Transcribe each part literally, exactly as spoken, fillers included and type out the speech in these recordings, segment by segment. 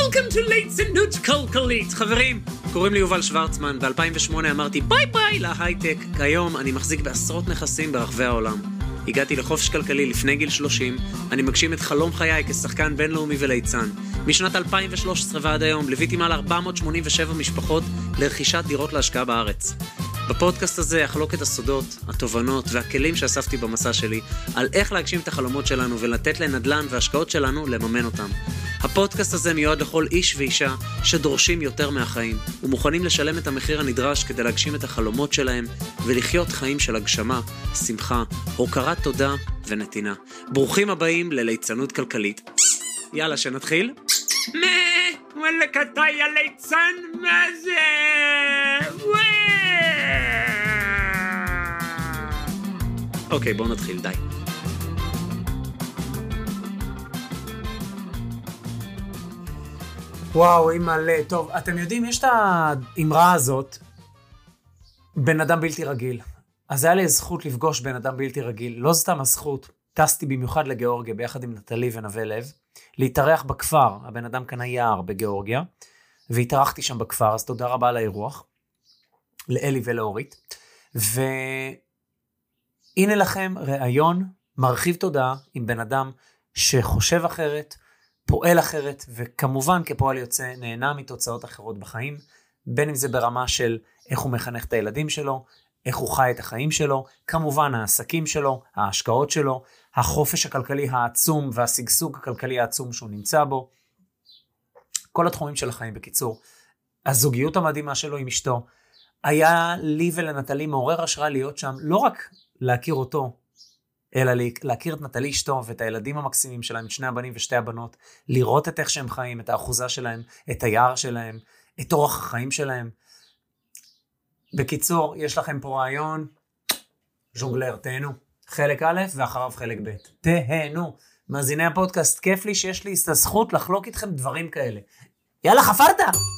Welcome to ליצנות כלכלית. חברים, קוראים לי יובל שוורצמן. ב-אלפיים ושמונה אמרתי ביי ביי להייטק. כיום אני מחזיק בעשרות נכסים ברחבי העולם. הגעתי לחופש כלכלי לפני גיל שלושים. אני מגשים את חלום חיי כשחקן בינלאומי וליצן. משנת אלפיים ושלוש עשרה ועד היום ליוויתי מעל ארבע מאות שמונים ושבע משפחות לרכישת דירות להשקעה בארץ. בפודקאסט הזה אחלוק את הסודות, התובנות והכלים שאספתי במסע שלי על איך להגשים את החלומות שלנו ולתת לנדל"ן והשקעות שלנו לממן אותם. הפודקאסט הזה מיועד לכל איש ואישה שדורשים יותר מהחיים ומוכנים לשלם את המחיר הנדרש כדי להגשים את החלומות שלהם ולחיות חיים של הגשמה, שמחה, הוקרת תודה ונתינה. ברוכים הבאים לליצנות כלכלית. יאללה, שנתחיל? מה? וואלק אתה יא ליצן? מה זה? וואו! אוקיי, בואו נתחיל, די. וואו, היא מלא. טוב, אתם יודעים, יש את האמרה הזאת, בן אדם בלתי רגיל. אז היה לי זכות לפגוש בן אדם בלתי רגיל. לא סתם הזכות, טסתי במיוחד לגיאורגיה, ביחד עם נטלי ונווה לב, להתארח בכפר. הבן אדם כאן יער בגיאורגיה, והתארחתי שם בכפר, אז תודה רבה על האירוח, לאלי ולאורית. והנה לכם רעיון מרחיב תודעה עם בן אדם שחושב אחרת, פועל אחרת, וכמובן כפועל יוצא נהנה מתוצאות אחרות בחיים, בין אם זה ברמה של איך הוא מחנך את הילדים שלו, איך הוא חי את החיים שלו, כמובן העסקים שלו, ההשקעות שלו, החופש הכלכלי העצום והסגסוג הכלכלי העצום שהוא נמצא בו, כל התחומים של החיים בקיצור. הזוגיות המדהימה שלו עם אשתו, היה לי ולנטלי מעורר השראה להיות שם, לא רק להכיר אותו, אלא להכיר את נטלי אשתו ואת הילדים המקסימים שלהם, את שני הבנים ושתי הבנות, לראות את איך שהם חיים, את האחוזה שלהם, את היער שלהם, את אורח החיים שלהם. בקיצור, יש לכם פה רעיון, ז'ונגלר, תהנו. חלק א' ואחריו חלק ב'. תהנו. מאזיני הפודקאסט, כיף לי שיש לי את הזכות לחלוק איתכם דברים כאלה. יאללה, חפרת!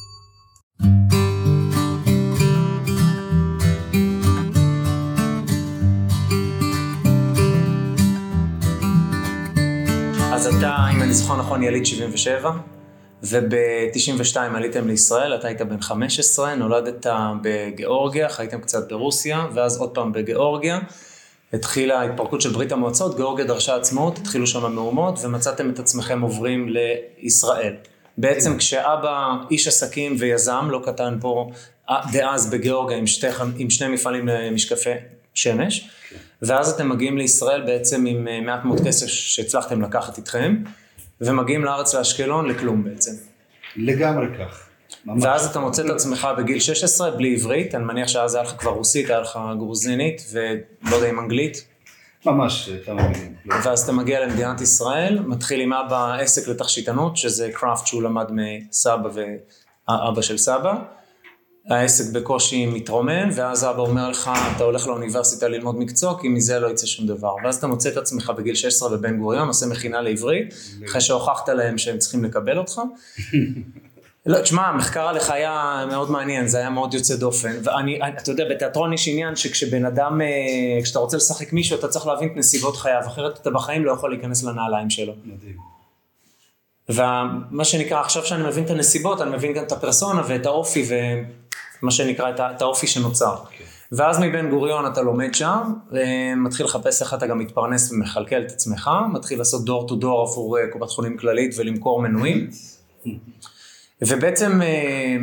אז אתה, אם אני זוכר נכון, יליד שבעים ושבע, וב-תשעים ושתיים עליתם לישראל, אתה היית בן חמש עשרה, נולדת בגיאורגיה, חייתם קצת ברוסיה, ואז עוד פעם בגיאורגיה, התחילה ההתפרקות של ברית המועצות, גיאורגיה דרשה עצמאות, התחילו שם המהומות, ומצאתם את עצמכם עוברים לישראל. בעצם כשאבא איש עסקים ויזם, לא קטן פה, דאז בגיאורגיה עם, שתי, עם שני מפעלים למשקפי שמש, ואז אתם מגיעים לישראל בעצם עם מעט מאוד כסף שהצלחתם לקחת איתכם, ומגיעים לארץ לאשקלון לכלום בעצם. לגמרי כך. ואז אתה מוצא את עצמך בגיל שש עשרה בלי עברית, אני מניח שאז היה לך כבר רוסית, היה לך גרוזינית, ולא יודע עם אנגלית. ממש כמה מילים. ואז אתה מגיע למדינת ישראל, מתחיל עם אבא עסק לתכשיטנות, שזה קראפט שהוא למד מסבא ואבא של סבא. העסק בקושי מתרומם, ואז אבא אומר לך, אתה הולך לאוניברסיטה ללמוד מקצוע, כי מזה לא יצא שום דבר. ואז אתה מוצא את עצמך בגיל שש עשרה בבן גוריון, עושה מכינה לעברית, אחרי שהוכחת להם שהם צריכים לקבל אותך. לא, תשמע, המחקר עליך היה מאוד מעניין, זה היה מאוד יוצא דופן. ואני, אתה יודע, בתיאטרון יש עניין שכשבן אדם, כשאתה רוצה לשחק מישהו, אתה צריך להבין את נסיבות חייו, אחרת אתה בחיים לא יכול להיכנס לנעליים שלו. מדהים. ומה שנקרא, עכשיו שאני מבין את הנסיבות, אני מבין גם את הפרסונה ואת האופי ומה שנקרא את האופי שנוצר. Okay. ואז מבן גוריון אתה לומד שם, ומתחיל לחפש איך אתה גם מתפרנס ומחלקל את עצמך, מתחיל לעשות דור טו דור עבור קופת חולים כללית ולמכור מנויים. ובעצם,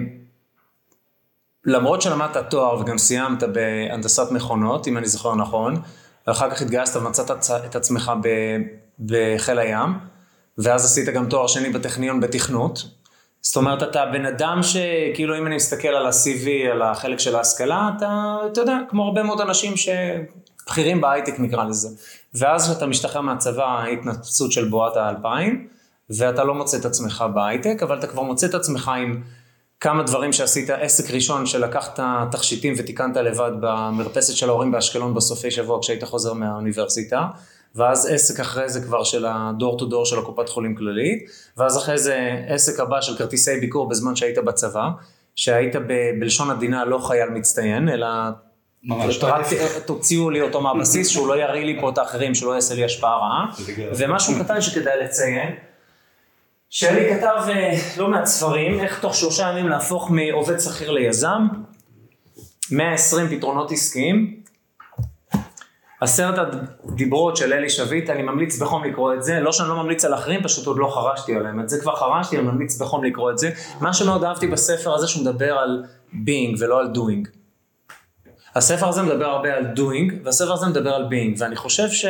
למרות שלמדת תואר וגם סיימת בהנדסת מכונות, אם אני זוכר נכון, ואחר כך התגייסת ומצאת את עצמך בחיל הים, ואז עשית גם תואר שני בטכניון בתכנות. זאת אומרת, אתה בן אדם שכאילו אם אני מסתכל על ה-סי וי, על החלק של ההשכלה, אתה, אתה יודע, כמו הרבה מאוד אנשים שבחירים בהייטק נקרא לזה. ואז אתה משתחרר מהצבא, התנפצות של בועת האלפיים, ואתה לא מוצא את עצמך בהייטק, אבל אתה כבר מוצא את עצמך עם כמה דברים שעשית, עסק ראשון שלקחת תכשיטים ותיקנת לבד במרפסת של ההורים באשקלון בסופי שבוע כשהיית חוזר מהאוניברסיטה, ואז עסק אחרי זה כבר של הדור טו דור של הקופת חולים כללית, ואז אחרי זה עסק הבא של כרטיסי ביקור בזמן שהיית בצבא, שהיית ב- בלשון עדינה לא חייל מצטיין, אלא תוציאו לי אותו מהבסיס, שהוא לא יראי לי פה את האחרים, שהוא לא יעשה לי השפעה רעה, ומשהו קטן שכדאי לציין, שלי כתב לא מעט ספרים, איך תוך שלושה ימים להפוך מעובד שכיר ליזם, מאה ועשרים פתרונות עסקיים, עשרת הדיברות של אלי שביט, אני ממליץ בחום לקרוא את זה, לא שאני לא ממליץ על אחרים, פשוט עוד לא חרשתי עליהם, את זה כבר חרשתי, אני ממליץ בחום לקרוא את זה. מה שמאוד אהבתי בספר הזה שהוא מדבר על being ולא על doing. הספר הזה מדבר הרבה על doing, והספר הזה מדבר על being, ואני חושב ש...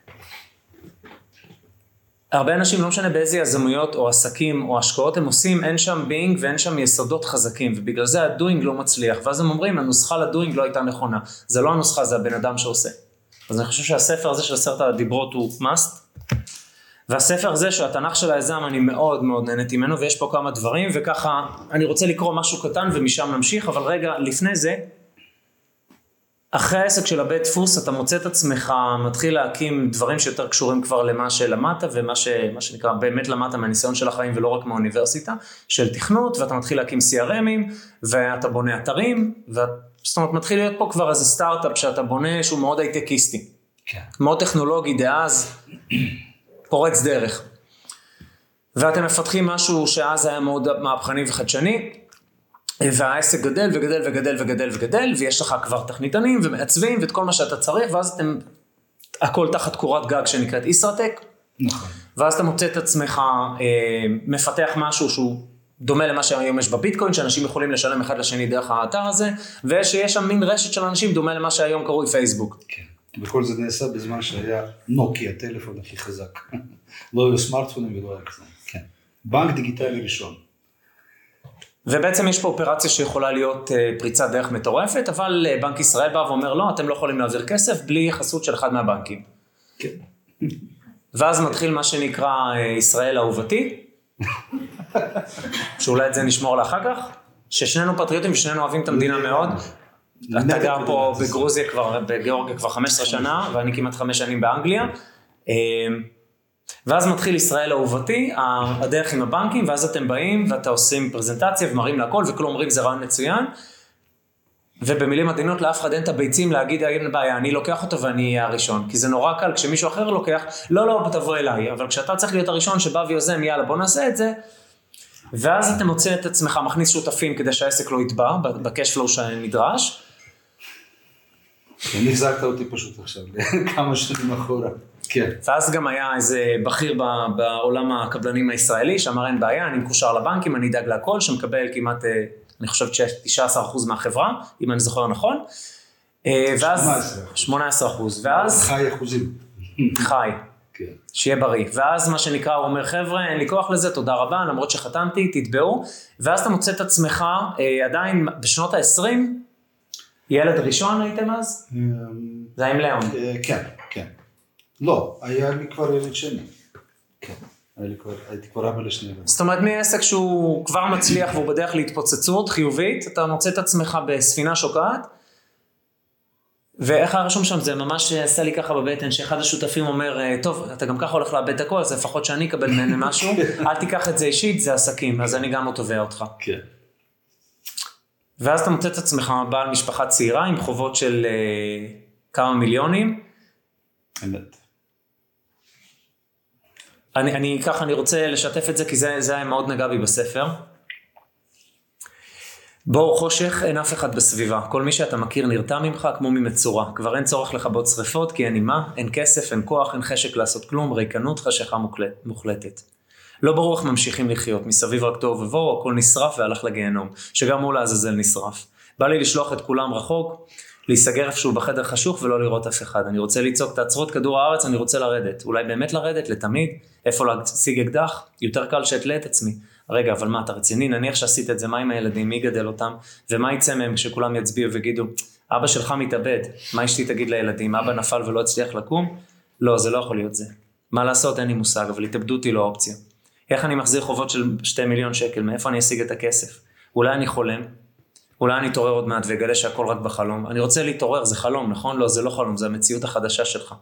הרבה אנשים, לא משנה באיזה יזמויות או עסקים או השקעות הם עושים, אין שם being ואין שם יסודות חזקים, ובגלל זה ה-doing לא מצליח, ואז הם אומרים, הנוסחה ל-doing לא הייתה נכונה. זה לא הנוסחה, זה הבן אדם שעושה. אז אני חושב שהספר הזה של עשרת הדיברות הוא must, והספר הזה שהתנ"ך של היזם אני מאוד מאוד נהניתי ממנו, ויש פה כמה דברים, וככה אני רוצה לקרוא משהו קטן ומשם נמשיך, אבל רגע לפני זה, אחרי העסק של הבית דפוס, אתה מוצא את עצמך, מתחיל להקים דברים שיותר קשורים כבר למה שלמדת, ומה ש, מה שנקרא באמת למדת מהניסיון של החיים, ולא רק מהאוניברסיטה, של תכנות, ואתה מתחיל להקים סי אר אמים, ואתה בונה אתרים, זאת אומרת, מתחיל להיות פה כבר איזה סטארט-אפ, שאתה בונה שהוא מאוד הייטקיסטי, כן. מאוד טכנולוגי, דאז, פורץ דרך. ואתם מפתחים משהו שאז היה מאוד מהפכני וחדשני, והעסק גדל וגדל וגדל וגדל וגדל, ויש לך כבר תכניתנים ומעצבים ואת כל מה שאתה צריך, ואז אתם, הכל תחת קורת גג שנקראת ישראטק, נכון. ואז אתה מוצא את עצמך אה, מפתח משהו שהוא דומה למה שהיום יש בביטקוין, שאנשים יכולים לשלם אחד לשני דרך האתר הזה, ושיש שם מין רשת של אנשים דומה למה שהיום קרוי פייסבוק. כן, וכל זה נעשה בזמן שהיה נוקי, הטלפון הכי חזק. לא היו סמארטפונים ולא היה כזה. כן. בנק דיגיטלי ראשון. ובעצם יש פה אופרציה שיכולה להיות פריצת דרך מטורפת, אבל בנק ישראל בא ואומר, לא, אתם לא יכולים להעביר כסף בלי חסות של אחד מהבנקים. כן. ואז מתחיל מה שנקרא ישראל אהובתי, שאולי את זה נשמור לאחר כך, ששנינו פטריוטים ושנינו אוהבים את המדינה מאוד. אתה גר פה בגרוזיה כבר, בגיאורגיה כבר חמש עשרה שנה, ואני כמעט חמש שנים באנגליה. ואז מתחיל ישראל אהובתי, הדרך עם הבנקים, ואז אתם באים ואתה עושים פרזנטציה ומראים להכל, וכלום אומרים זה רעיון מצוין, ובמילים עדינות לאף אחד אין את הביצים להגיד, אין בעיה, אני לוקח אותו ואני אהיה הראשון, כי זה נורא קל, כשמישהו אחר לוקח, לא, לא, תבוא אליי, אבל כשאתה צריך להיות הראשון שבא ויוזם, יאללה, בוא נעשה את זה, ואז אתה מוצא את עצמך, מכניס שותפים כדי שהעסק לא יתבע, בקש פלואו שנדרש. אני החזקת אותי פשוט עכשיו, כמה שנים אחורה. כן. ואז גם היה איזה בכיר בעולם הקבלנים הישראלי, שאמר אין בעיה, אני מקושר לבנקים, אני אדאג להכל, שמקבל כמעט, אני חושבת ש-תשעה עשר אחוז מהחברה, אם אני זוכר נכון. ואז שמונה עשרה אחוז. ואז... חי אחוזים. חי. כן. שיהיה בריא. ואז מה שנקרא, הוא אומר, חבר'ה, אין לי כוח לזה, תודה רבה, למרות שחתמתי, תתבעו. ואז אתה מוצא את עצמך, עדיין בשנות ה-עשרים, ילד ראשון הייתם אז? זה היה עם ליאון. כן, כן. לא, היה לי כבר ילד שני. כן, הייתי כבר אבא לשני ילדים. זאת אומרת, מעסק שהוא כבר מצליח והוא בדרך להתפוצצות חיובית, אתה מוצא את עצמך בספינה שוקעת, ואיך הרשום שם זה ממש עשה לי ככה בבטן, שאחד השותפים אומר, טוב, אתה גם ככה הולך לאבד את הכל, אז לפחות שאני אקבל ממנו משהו, אל תיקח את זה אישית, זה עסקים, אז אני גם תובע אותך. כן. ואז אתה מוצא את עצמך בעל משפחה צעירה, עם חובות של כמה מיליונים. אמת. אני, אני ככה, אני רוצה לשתף את זה, כי זה, זה היה מאוד נגע בי בספר. בור חושך, אין אף אחד בסביבה. כל מי שאתה מכיר נרתע ממך כמו ממצורה. כבר אין צורך לכבות שריפות, כי אין אימה, אין כסף, אין כוח, אין חשק לעשות כלום, ריקנות, חשיכה מוחלטת. לא ברור איך ממשיכים לחיות, מסביב רק טוב ובוא, הכל נשרף והלך לגיהנום, שגם הוא לעזאזל נשרף. בא לי לשלוח את כולם רחוק, להיסגר איפשהו בחדר חשוך ולא לראות אף אחד. אני רוצה ליצוק תעצרו את כדור הארץ, אני רוצה לרדת. אולי באמת לרדת, לתמיד, איפה להשיג אקדח, יותר קל שאתלה את עצמי. רגע, אבל מה, אתה רציני? נניח שעשית את זה, מה עם הילדים, מי גדל אותם? ומה יצא מהם כשכולם יצביעו וגידו, אבא שלך מתאבד, מה אשתי תגיד לילדים? אבא נפל ולא הצליח לקום? לא, זה לא יכול להיות זה. מה לעשות? אין לי מושג, אבל התאבדות היא לא אופציה. איך אני מחזיר חובות של שתי מיליון שקל? מאיפה אני אשיג את הכסף? אולי אני חולם? אולי אני אתעורר עוד מעט ואגלה שהכל רק בחלום. אני רוצה להתעורר, זה חלום, נכון? לא, זה לא חלום, זה המציאות החדשה שלך.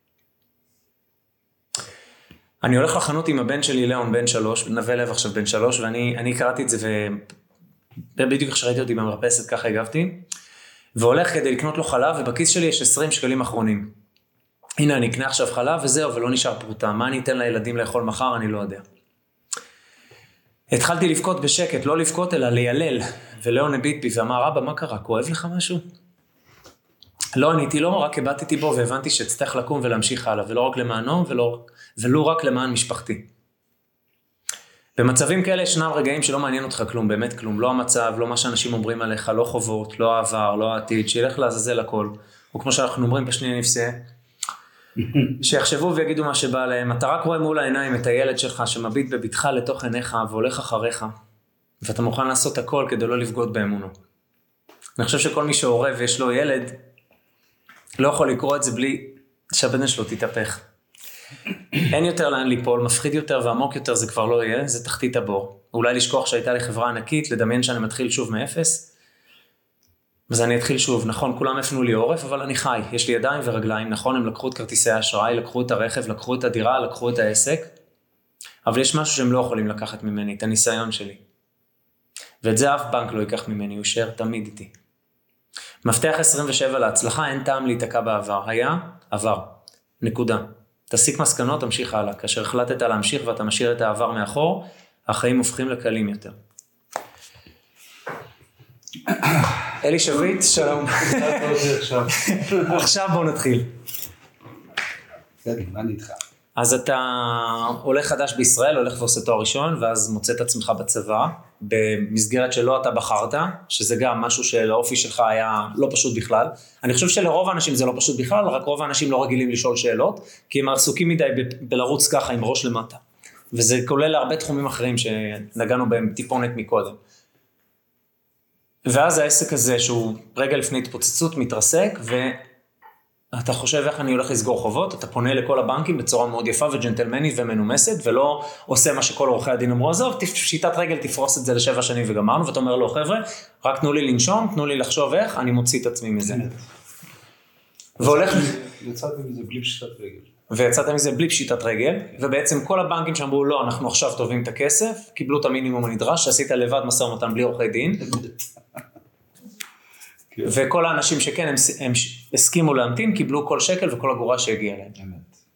אני הולך לחנות עם הבן שלי, ליאון, בן שלוש, נווה לב עכשיו בן שלוש, ואני אני קראתי את זה, ובדיוק כשראיתי אותי במרפסת, ככה הגבתי, והולך כדי לקנות לו חלב, ובכיס שלי יש עשרים שקלים אחרונים. הנה, אני אקנה עכשיו חלב וזהו, ולא נשאר פרוטה. מה אני אתן לילדים לאכול מחר? אני לא יודע. התחלתי לבכות בשקט, לא לבכות אלא לילל, ולאון הביט בי ואמר, אבא, מה קרה? כואב לך משהו? לא עניתי לו, רק הבטתי בו והבנתי שצריך לקום ולהמשיך הלאה, ולא רק למענו, ולא, ולא רק למען משפחתי. במצבים כאלה ישנם רגעים שלא מעניין אותך כלום, באמת כלום, לא המצב, לא מה שאנשים אומרים עליך, לא חובות, לא העבר, לא העתיד, שילך לעזאזל הכל. או כמו שאנחנו אומרים בשני נפסה, שיחשבו ויגידו מה שבא להם, אתה רק רואה מול העיניים את הילד שלך שמביט בביטך לתוך עיניך והולך אחריך, ואתה מוכן לעשות הכל כדי לא לבגוד באמונו. אני חושב שכל מי שהורה ויש לו ילד, לא יכול לקרוא את זה בלי שהבן שלו תתהפך. אין יותר לאן ליפול, מפחיד יותר ועמוק יותר זה כבר לא יהיה, זה תחתית הבור. אולי לשכוח שהייתה לי חברה ענקית, לדמיין שאני מתחיל שוב מאפס, אז אני אתחיל שוב. נכון, כולם הפנו לי עורף, אבל אני חי, יש לי ידיים ורגליים, נכון, הם לקחו את כרטיסי האשראי, לקחו את הרכב, לקחו את הדירה, לקחו את העסק, אבל יש משהו שהם לא יכולים לקחת ממני, את הניסיון שלי. ואת זה אף בנק לא ייקח ממני, הוא יישאר תמיד איתי. מפתח עשרים ושבע להצלחה, אין טעם להתעקע בעבר. היה, עבר. נקודה. תסיק מסקנות, תמשיך הלאה. כאשר החלטת להמשיך ואתה משאיר את העבר מאחור, החיים הופכים לקלים יותר. אלי שביט, שלום. עכשיו בואו נתחיל. מה אני איתך? אז אתה עולה חדש בישראל, הולך ועושה תואר ראשון, ואז מוצא את עצמך בצבא, במסגרת שלא אתה בחרת, שזה גם משהו שלאופי שלך היה לא פשוט בכלל. אני חושב שלרוב האנשים זה לא פשוט בכלל, רק רוב האנשים לא רגילים לשאול שאלות, כי הם עסוקים מדי ב- בלרוץ ככה עם ראש למטה. וזה כולל הרבה תחומים אחרים שנגענו בהם טיפונת מקודם. ואז העסק הזה שהוא רגע לפני התפוצצות מתרסק, ואתה חושב איך אני הולך לסגור חובות, אתה פונה לכל הבנקים בצורה מאוד יפה וג'נטלמנית ומנומסת, ולא עושה מה שכל עורכי הדין אמרו, עזוב, שיטת רגל תפרוס את זה לשבע שנים וגמרנו, ואתה אומר לו, חבר'ה, רק תנו לי לנשום, תנו לי לחשוב איך, אני מוציא את עצמי מזה. והולך... יצאתי מזה בלי פשיטת רגל. ויצאת מזה בלי פשיטת רגל, ובעצם כל הבנקים שאמרו, לא, אנחנו עכשיו טובים את הכסף, קיבלו את המינימום הנדרש, שעשית לבד מסע ומתן בלי עורכי דין, וכל האנשים שכן, הם, הם הסכימו להמתין, קיבלו כל שקל וכל אגורה שהגיעה להם.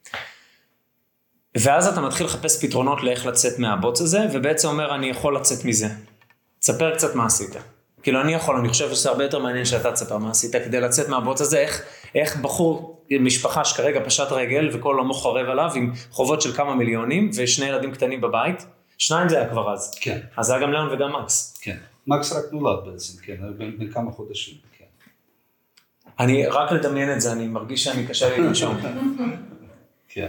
ואז אתה מתחיל לחפש פתרונות לאיך לצאת מהבוץ הזה, ובעצם אומר, אני יכול לצאת מזה. תספר קצת מה עשית. כאילו אני יכול, אני חושב שזה הרבה יותר מעניין שאתה תספר מה עשית, כדי לצאת מהבוץ הזה, איך, איך בחור, משפחה שכרגע פשט רגל, וכל עמו חרב עליו, עם חובות של כמה מיליונים, ושני ילדים קטנים בבית, שניים זה היה כבר אז. כן. אז זה היה גם לאון וגם מקס. כן. מקס רק נולד בעצם, כן, בין כמה חודשים, כן. אני, רק לדמיין את זה, אני מרגיש שאני קשה לי לנשום. כן.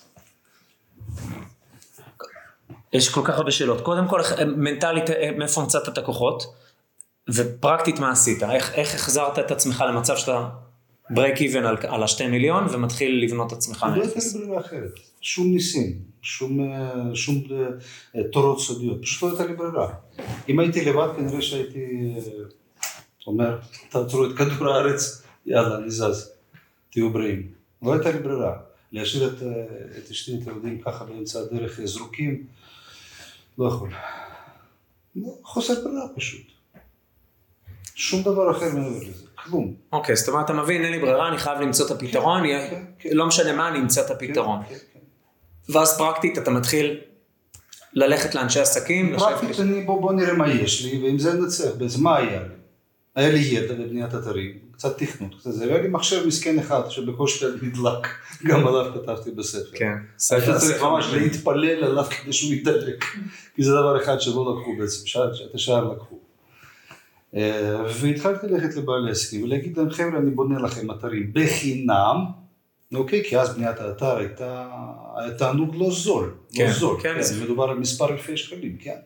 יש כל כך הרבה שאלות. קודם כל, מנטלית, מאיפה מצאת את הכוחות, ופרקטית מה עשית? איך, איך החזרת את עצמך למצב שאתה ברייק איבן על, על השתי מיליון, ומתחיל לבנות את עצמך מאפס? לא הייתה לי ברירה אחרת. שום ניסים, שום, שום תורות סודיות, פשוט לא הייתה לי ברירה. אם הייתי לבד, כנראה שהייתי אומר, תעצרו את כדור הארץ, יאללה, אני זז, תהיו בריאים. לא הייתה לי ברירה. להשאיר את, את אשתי, את הילדים ככה באמצע הדרך זרוקים, לא יכול. לא, חוסר ברירה פשוט. שום דבר אחר מעבר לזה, כלום. אוקיי, זאת אומרת, אתה מבין, אין לי ברירה, אני חייב למצוא את הפתרון, לא משנה מה, אני אמצא את הפתרון. ואז פרקטית, אתה מתחיל ללכת לאנשי עסקים. פרקטית, בוא נראה מה יש לי, ואם זה נצח, בעצם מה היה לי? היה לי ידע בבניית אתרים, קצת תכנות, קצת זה, והיה לי מחשב מסכן אחד שבקושי נדלק, גם עליו כתבתי בספר. כן. אתה צריך ממש להתפלל עליו כדי שהוא ידלק, כי זה דבר אחד שלא לקחו בעצם, שאת השאר לקחו. והתחלתי ללכת לבעלי עסקים ולהגיד להם, חבר'ה, אני בונה לכם אתרים בחינם, אוקיי? כי אז בניית האתר הייתה, היה תענוג לא זול, לא זול, מדובר על מספר אלפי שקלים, כן?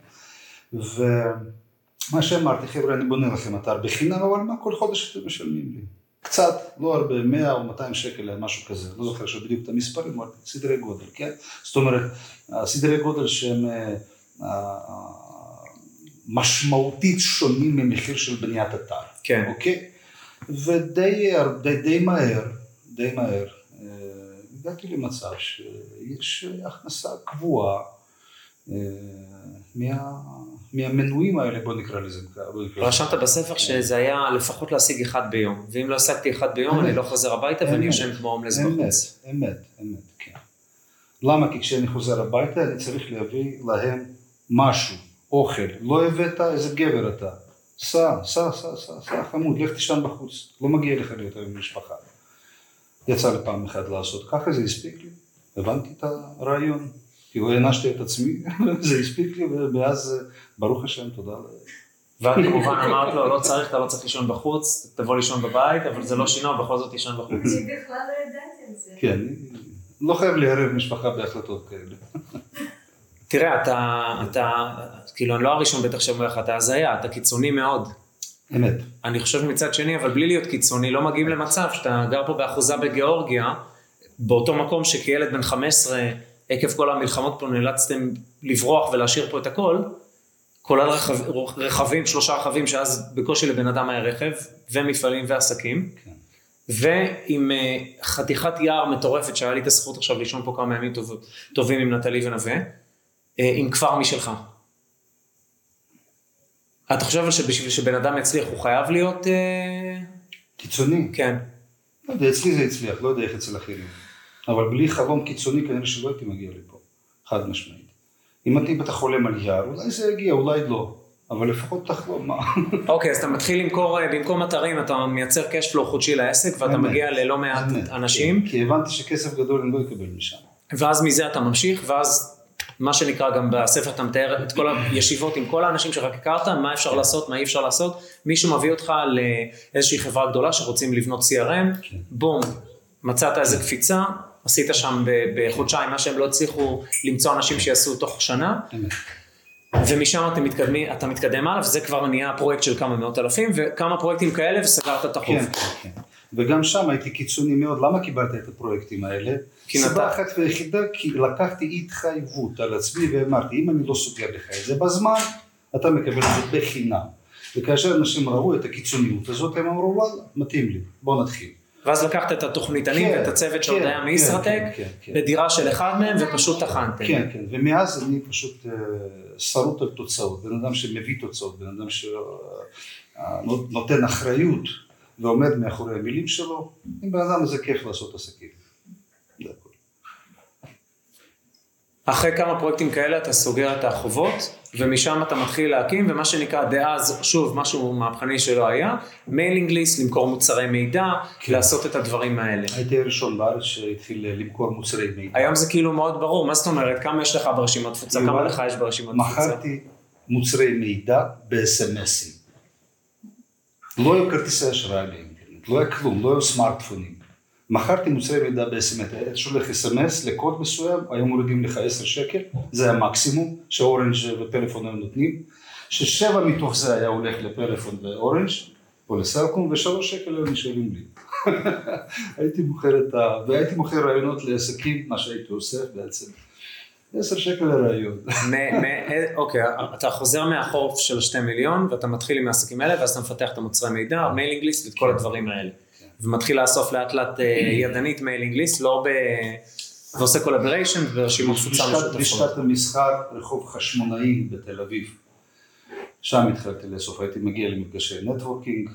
ומה שאמרתי, חבר'ה, אני בונה לכם אתר בחינם, אבל מה כל חודש אתם משלמים לי? קצת, לא הרבה, מאה או מאתיים שקל, משהו כזה, לא זוכר שבדיוק את המספרים, אבל סדרי גודל, כן? זאת אומרת, סדרי גודל שהם משמעותית שונים ממחיר של בניית אתר. כן. אוקיי? ודי די, די מהר, די מהר, הגעתי למצב שיש הכנסה קבועה מה, מהמנויים האלה, בוא נקרא לזה. רשמת בספר שזה היה לפחות להשיג אחד ביום, ואם לא השגתי אחד ביום, אני לא חוזר הביתה ואני יושן כמו הומלס בחוץ. אמת, אמת, אמת, כן. למה? כי כשאני חוזר הביתה, אני צריך להביא להם משהו. אוכל, לא הבאת, איזה גבר אתה. סע, סע, סע, סע, סע, חמוד, לך תשן בחוץ, לא מגיע לך להיות עם משפחה. יצא לפעם אחת לעשות, ככה זה הספיק לי, הבנתי את הרעיון, כאילו הענשתי את עצמי, זה הספיק לי, ומאז ברוך השם, תודה. ואת כמובן אמרת לו, לא צריך, אתה לא צריך לישון בחוץ, תבוא לישון בבית, אבל זה לא שינה, בכל זאת לישון בחוץ. אני בכלל לא ידעתי את זה. כן, לא חייב לערב משפחה בהחלטות כאלה. תראה, אתה, אתה, כאילו, אני לא הראשון בטח שאומר לך, אתה הזיה, אתה קיצוני מאוד. אמת. אני חושב מצד שני, אבל בלי להיות קיצוני, לא מגיעים למצב שאתה גר פה באחוזה בגיאורגיה, באותו מקום שכילד בן חמש עשרה, עקב כל המלחמות פה נאלצתם לברוח ולהשאיר פה את הכל, כולל רכב, רכבים, שלושה רכבים, שאז בקושי לבן אדם היה רכב, ומפעלים ועסקים, כן. ועם חתיכת יער מטורפת, שהיה לי את הזכות עכשיו לישון פה כמה ימים טוב, טובים עם נטלי ונווה, עם כפר משלך. אתה חושב שבשביל שבן אדם יצליח, הוא חייב להיות... קיצוני? כן. לא יודע, אצלי זה הצליח, לא יודע איך אצל אחרים. אבל בלי חלום קיצוני, כנראה שלא הייתי מגיע לפה, חד משמעית. אם אתה בטח חולם על יער, אולי זה יגיע, אולי לא. אבל לפחות תחלום, מה? אוקיי, אז אתה מתחיל למכור, במקום אתרים, אתה מייצר קשפלו חודשי לעסק, ואתה מגיע ללא מעט אנשים. כי הבנתי שכסף גדול אני לא אקבל משם. ואז מזה אתה ממשיך, ואז מה שנקרא גם בספר, אתה מתאר את כל הישיבות עם כל האנשים שרק הכרת, מה אפשר לעשות, מה אי אפשר לעשות. מישהו מביא אותך לאיזושהי חברה גדולה שרוצים לבנות סי אר אם, בום, מצאת איזה קפיצה, עשית שם בחודשיים, מה שהם לא הצליחו למצוא אנשים שיעשו תוך שנה, ומשם אתה מתקדם, אתה מתקדם עליו, וזה כבר נהיה פרויקט של כמה מאות אלפים, וכמה פרויקטים כאלה, וסגרת את החוב. כן, כן. וגם שם הייתי קיצוני מאוד. למה קיבלת את הפרויקטים האלה? סיבה אחת ויחידה, כי לקחתי התחייבות על עצמי, ואמרתי, אם אני לא סוגר לך את זה בזמן, אתה מקבל את זה בחינם. וכאשר אנשים ראו את הקיצוניות הזאת, הם אמרו, וואלה, מתאים לי, בוא נתחיל. ואז לקחת את התוכניתנים ואת הצוות שעוד היה מישראטק, בדירה של אחד מהם, ופשוט תחנתם. כן, כן, ומאז אני פשוט שרוט על תוצאות, בן אדם שמביא תוצאות, בן אדם שנותן אחריות, ועומד מאחורי המילים שלו, עם בן אדם זה כיף לעשות עסקים. אחרי כמה פרויקטים כאלה אתה סוגר את החובות, ומשם אתה מתחיל להקים, ומה שנקרא דאז, שוב, משהו מהפכני שלא היה, מיילינג ליסט, למכור מוצרי מידע, כן. לעשות את הדברים האלה. הייתי הראשון בארץ שהתחיל למכור מוצרי מידע. היום זה כאילו מאוד ברור, מה זאת אומרת? כמה יש לך ברשימת תפוצה? כמה לך יש ברשימת תפוצה? מכרתי מוצרי מידע ב-אס אם אסים. לא היו כרטיסי אשראי באינטרנט, לא היה כלום, לא היו סמארטפונים. מכרתי מוצרי מידע ב-אס אם אס, היית שולח אס אם אס לקוד מסוים, היו מורידים לך עשר שקל, זה היה מקסימום, שאורנג' ופלאפון היו נותנים, ששבע מתוך זה היה הולך לפלאפון ואורנג' או לסלקום, ושלוש שקל היו נשארים לי. הייתי מוכר את ה... והייתי מוכר רעיונות לעסקים, מה שהייתי עושה בעצם. עשר שקל לרעיון. אוקיי, אתה חוזר מהחורף של שתי מיליון, ואתה מתחיל עם העסקים האלה, ואז אתה מפתח את המוצרי מידע, מיילינג ליסט ואת כל הדברים האלה. ומתחיל לאסוף לאט לאט ידנית מיילינג ליסט, לא ב... ועושה קולאבריישן ורשימות תפוצה משותפות. בשכת המסחר, רחוב חשמונאים בתל אביב. שם התחלתי לאסוף, הייתי מגיע למפגשי נטוורקינג,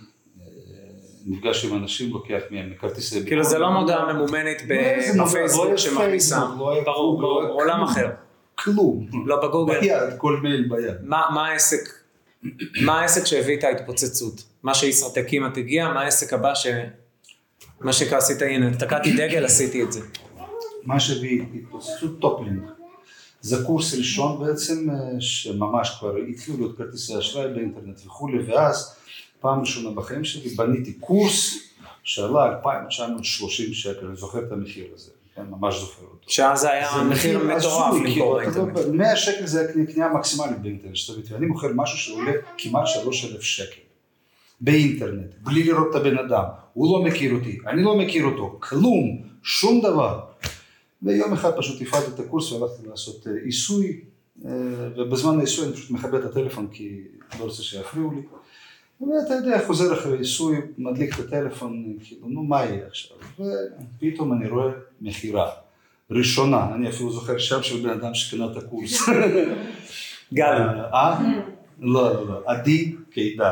נפגש עם אנשים, לוקח מהם כרטיסי... כאילו זה לא מודעה ממומנת בפייסבוק שמכניסה, ברור, עולם אחר. כלום. לא בגוגל. ביד, כל מייל ביד. מה העסק? מה העסק שהביא את ההתפוצצות? מה שישראטק כמעט הגיע, מה העסק הבא ש... מה שקרה עשית, הנה, תקעתי דגל, עשיתי את זה. מה שהביא התפוצצות טופלינג. זה קורס ראשון בעצם, שממש כבר התחילו להיות כרטיסי אשראי באינטרנט וכו', ואז פעם ראשונה בחיים שלי בניתי קורס שעלה אלפיים תשע מאות ושלושים שקל, אני זוכר את המחיר הזה, כן, ממש זוכר אותו. שאז זה היה מחיר מטורף למכור באינטרנט. מאה שקל זה קנייה מקסימלית באינטרנט, ואני מוכר משהו שעולה כמעט שלוש אלף שקל באינטרנט, בלי לראות את הבן אדם, הוא לא מכיר אותי, אני לא מכיר אותו, כלום, שום דבר. ויום אחד פשוט הפעלתי את הקורס והלכתי לעשות עיסוי, ובזמן העיסוי אני פשוט מכבה את הטלפון כי לא רוצה שיפריעו לי. ואתה יודע, חוזר אחרי עיסוי, מדליק את הטלפון, כאילו, נו מה יהיה עכשיו? ופתאום אני רואה מחירה ראשונה, אני אפילו זוכר שם של בן אדם שקנה את הקורס. גלי. אה? לא, לא, לא, עדי קידר.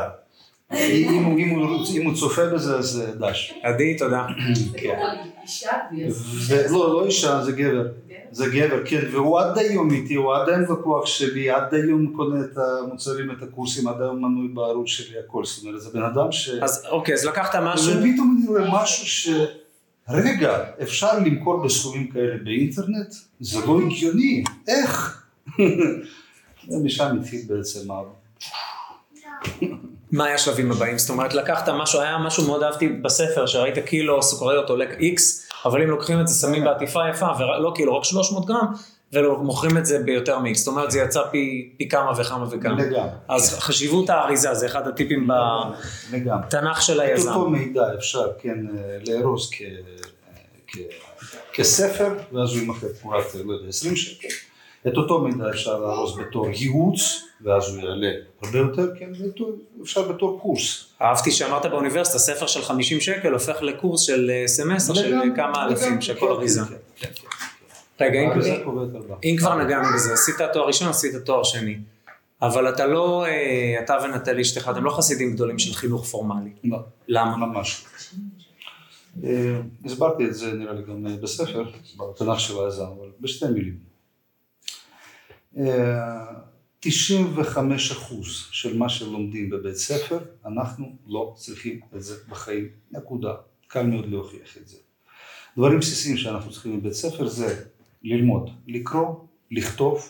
אם הוא צופה בזה, אז דש. עדי, תודה. אישה? לא, לא אישה, זה גבר. זה גבר, כן, והוא עד היום איתי, הוא עדיין לקוח שלי, עד היום קונה את המוצרים, את הקורסים, עד היום מנוי בערוץ שלי, הכל, זאת אומרת, זה בן אדם ש... אז אוקיי, אז לקחת משהו... ופתאום אני רואה משהו ש... רגע, אפשר למכור בסכומים כאלה באינטרנט? זה לא הגיוני, איך? ומשם התחיל בעצם מה... מה היה השלבים הבאים? זאת אומרת, לקחת משהו, היה משהו מאוד אהבתי בספר, שראית קילו סוכריות עולה X, אבל אם לוקחים את זה, שמים בעטיפה יפה, ולא קילו, רק שלוש מאות גרם, ומוכרים את זה ביותר מ-X, זאת אומרת, זה יצא פי, פי כמה וכמה וכמה. לגמרי. אז חשיבות האריזה, זה אחד הטיפים בתנ"ך של היזם. את אותו מידע אפשר, כן, לארוז כ... כ... כספר, ואז הוא ימחר תמורת, לא יודע, עשרים שקל. את אותו מידע אפשר לארוז בתור ייעוץ, ואז הוא יעלה הרבה יותר, כן, אפשר בתור קורס. אהבתי שאמרת באוניברסיטה, ספר של חמישים שקל הופך לקורס של סמסטר של כמה אלפים, של כל אריזה. רגע, אם כבר נגענו בזה, עשית תואר ראשון, עשית תואר שני, אבל אתה לא, אתה ונטלי אשתך, אתם לא חסידים גדולים של חינוך פורמלי. לא. למה? ממש. הסברתי את זה נראה לי גם בספר, בתנ"ך של היזם, אבל בשתי מילים. תשעים וחמישה אחוז של מה שלומדים בבית ספר, אנחנו לא צריכים את זה בחיים, נקודה. קל מאוד להוכיח את זה. דברים בסיסיים שאנחנו צריכים בבית ספר זה ללמוד, לקרוא, לכתוב,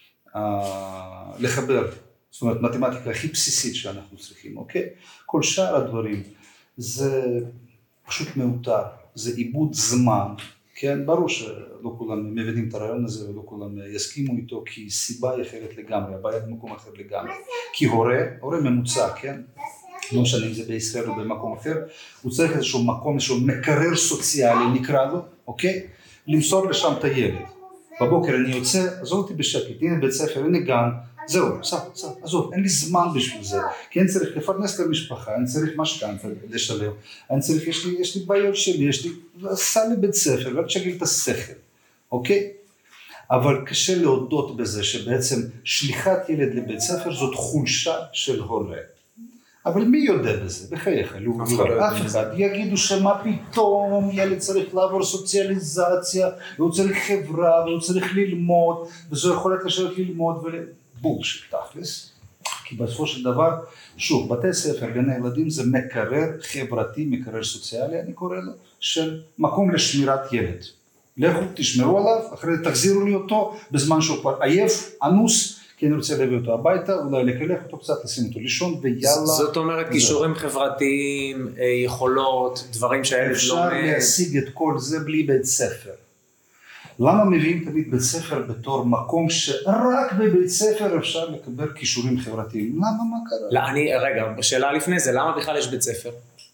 לחבר. זאת אומרת, מתמטיקה הכי בסיסית שאנחנו צריכים, אוקיי? כל שאר הדברים זה פשוט מיותר, זה עיבוד זמן. כן, ברור שלא כולם מבינים את הרעיון הזה ולא כולם יסכימו איתו, כי סיבה היא אחרת לגמרי, הבעיה במקום אחר לגמרי. כי הורה, הורה ממוצע, כן, לא משנה אם זה בישראל או במקום אחר, הוא צריך איזשהו מקום, איזשהו מקרר סוציאלי, נקרא לו, אוקיי? למסור לשם את הילד. בבוקר אני יוצא, עזוב אותי בשקט, הנה בית ספר, הנה גן, זהו, סע, סע, עזוב, אין לי זמן בשביל זה, כי אני צריך לפרנס את המשפחה, אני צריך משכנתה לשלם, אני צריך, יש לי, יש לי בעיות שלי, יש לי, סע לבית ספר, רק תשגל את השכל, אוקיי? אבל קשה להודות בזה שבעצם שליחת ילד לבית ספר זאת חולשה של הורה. אבל מי יודע בזה? בחייך, אף אחד יגידו שמה פתאום ילד צריך לעבור סוציאליזציה, והוא צריך חברה, והוא צריך ללמוד, וזו יכולת לשבת ללמוד ובולשיט תכלס. כי בסופו של דבר, שוב, בתי ספר, גני ילדים זה מקרר חברתי, מקרר סוציאלי, אני קורא לו, של מקום לשמירת ילד. לכו, תשמרו עליו, אחרי זה תחזירו לי אותו, בזמן שהוא כבר עייף, אנוס, כי אני רוצה להביא אותו הביתה, אולי לקלח אותו קצת, לשים אותו לישון, ויאללה. זאת אומרת, קישורים חברתיים, יכולות, דברים שהילד לומד. אפשר להשיג את כל זה בלי בית ספר. למה מביאים תמיד בית ספר בתור מקום שרק בבית ספר אפשר לקבל קישורים חברתיים? למה, מה קרה? לא, אני, רגע, בשאלה לפני זה, למה בכלל יש בית ספר?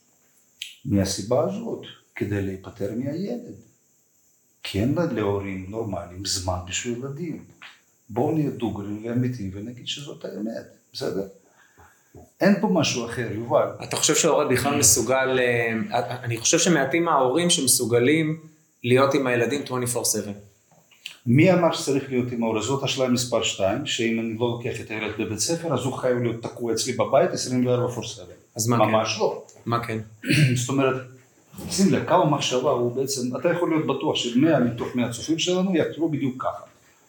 מהסיבה הזאת, כדי להיפטר מהילד. כי אין להורים נורמליים זמן בשביל ילדים. בואו נהיה דוגרים ואמיתיים ונגיד שזאת האמת, בסדר? אין פה משהו אחר, יובל. אתה חושב שההורה בכלל מסוגל, אני חושב שמעטים ההורים שמסוגלים להיות עם הילדים עשרים וארבע שבע. מי אמר שצריך להיות עם ההורה? זאת השאלה מספר שתיים, שאם אני לא לוקח את הילד בבית ספר, אז הוא חייב להיות תקוע אצלי בבית עשרים וארבע שבע. אז מה כן? ממש לא. מה כן? זאת אומרת, שים לב, כמה מחשבה הוא בעצם, אתה יכול להיות בטוח שמאה מתוך מאה צופים שלנו יחשבו בדיוק ככה.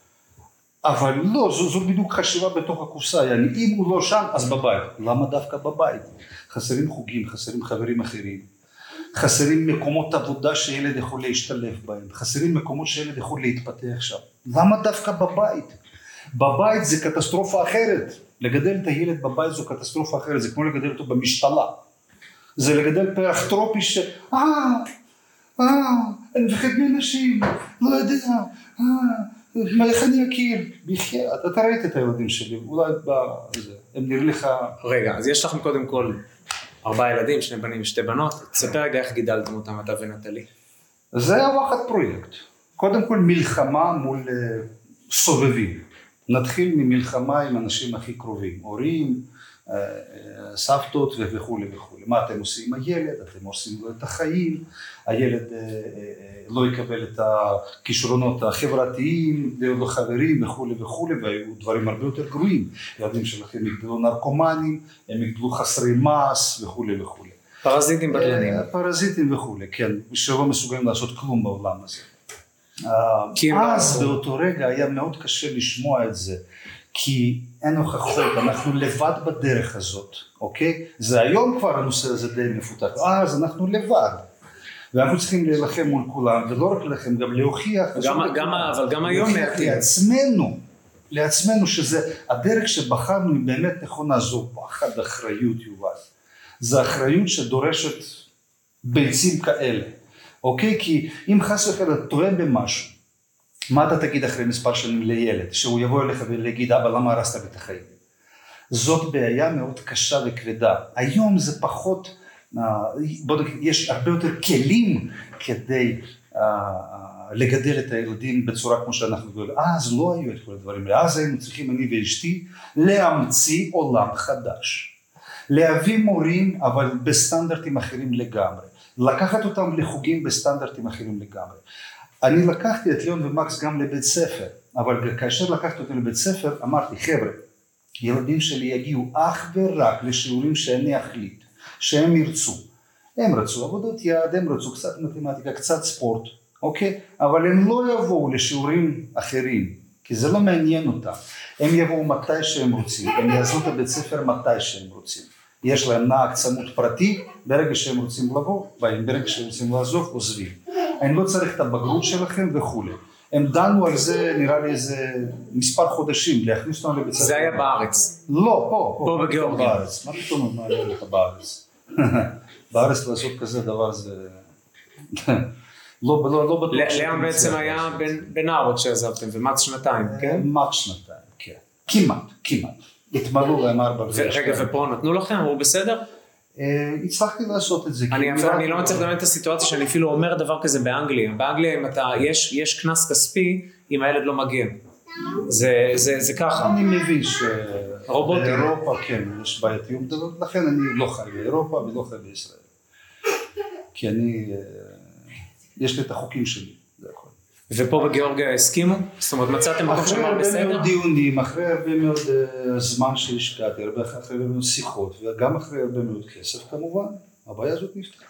אבל לא, זו, זו בדיוק חשיבה בתוך הקופסה, yani, אם הוא לא שם, אז בבית. למה דווקא בבית? חסרים חוגים, חסרים חברים אחרים, חסרים מקומות עבודה שילד יכול להשתלב בהם, חסרים מקומות שילד יכול להתפתח שם. למה דווקא בבית? בבית זה קטסטרופה אחרת. לגדל את הילד בבית זו קטסטרופה אחרת, זה כמו לגדל אותו במשתלה. זה לגדל פרח טרופי ש... אה, אה, אני מפחד מאנשים, לא יודע, אה, איך אני אכיר? בחייאת, אתה ראית את הילדים שלי, אולי בזה, הם נראה לך... רגע, אז יש לכם קודם כל ארבעה ילדים, שני בנים ושתי בנות, תספר רגע איך גידלתם אותם, אתה ונטלי. זה היה ואחד פרויקט. קודם כל מלחמה מול סובבים. נתחיל ממלחמה עם אנשים הכי קרובים, הורים, סבתות וכו' וכו'. מה אתם עושים עם הילד? אתם עושים לו את החיים, הילד לא יקבל את הכישרונות החברתיים, לא לו חברים וכו' וכו', והיו דברים הרבה יותר גרועים. ילדים שלכם יגדלו נרקומנים, הם יגדלו חסרי מס וכו' וכו'. פרזיטים בדלנים. פרזיטים וכו', כן, שלא מסוגלים לעשות כלום בעולם הזה. אז באותו רגע היה מאוד קשה לשמוע את זה, כי אין הוכחות, אנחנו לבד בדרך הזאת, אוקיי? זה היום כבר הנושא הזה די מפותח, אז אנחנו לבד. ואנחנו צריכים להילחם מול כולם, ולא רק להילחם, גם להוכיח. גם, גם, אבל גם היום להוכיח לעצמנו, לעצמנו שזה, הדרך שבחרנו היא באמת נכונה, זו פחד אחריות, יובל. זו אחריות שדורשת ביצים כאלה, אוקיי? כי אם חס וחלילה טועה במשהו, מה אתה תגיד אחרי מספר שנים לילד, שהוא יבוא אליך ולהגיד, אבא, למה הרסת את החיים? זאת בעיה מאוד קשה וכבדה. היום זה פחות, בוא נגיד, יש הרבה יותר כלים כדי לגדל את הילדים בצורה כמו שאנחנו גדולים. אז לא היו את כל הדברים האלה, אז היינו צריכים, אני ואשתי, להמציא עולם חדש. להביא מורים, אבל בסטנדרטים אחרים לגמרי. לקחת אותם לחוגים בסטנדרטים אחרים לגמרי. אני לקחתי את ליאון ומקס גם לבית ספר, אבל כאשר לקחתי אותם לבית ספר, אמרתי, חבר'ה, ילדים שלי יגיעו אך ורק לשיעורים שאני אחליט, שהם ירצו. הם רצו עבודות יד, הם רצו קצת מתמטיקה, קצת ספורט, אוקיי? אבל הם לא יבואו לשיעורים אחרים, כי זה לא מעניין אותם. הם יבואו מתי שהם רוצים, הם יעזבו את הבית ספר מתי שהם רוצים. יש להם נהג צמוד פרטי, ברגע שהם רוצים לבוא, ברגע שהם רוצים לעזוב, עוזבים. אני לא צריך את הבגרות שלכם וכו'. הם דנו על זה, נראה לי איזה מספר חודשים, להכניס אותנו לבית ספר. זה היה בארץ. לא, פה, פה. פה בגיאורגיה. בארץ. מה פתאום מה היה לך בארץ? בארץ לעשות כזה דבר זה... לא, לא, לא בטוח. ליאון בעצם היה בן נערות שעזבתם, ומקס שנתיים, כן? מקס שנתיים, כן. כמעט, כמעט. התמלאו להם ארבע. רגע, ופה נתנו לכם, אמרו בסדר? הצלחתי לעשות את זה. אני לא מצליח לדמיין את הסיטואציה שאני אפילו אומר דבר כזה באנגליה. באנגליה אם אתה, יש, יש כנס כספי אם הילד לא מגיע. זה, זה, זה ככה. אני מבין שבאירופה כן, יש בעייתיות, לכן אני לא חי באירופה ולא חי בישראל. כי אני, יש לי את החוקים שלי, זה הכל. ופה בגיאורגיה הסכימו? זאת אומרת, מצאתם מקום שאמר בסדר? אחרי הרבה מאוד דיונים, אחרי הרבה מאוד זמן שהשקעתי, אחרי הרבה מאוד שיחות, וגם אחרי הרבה מאוד כסף כמובן, הבעיה הזאת נפתחה.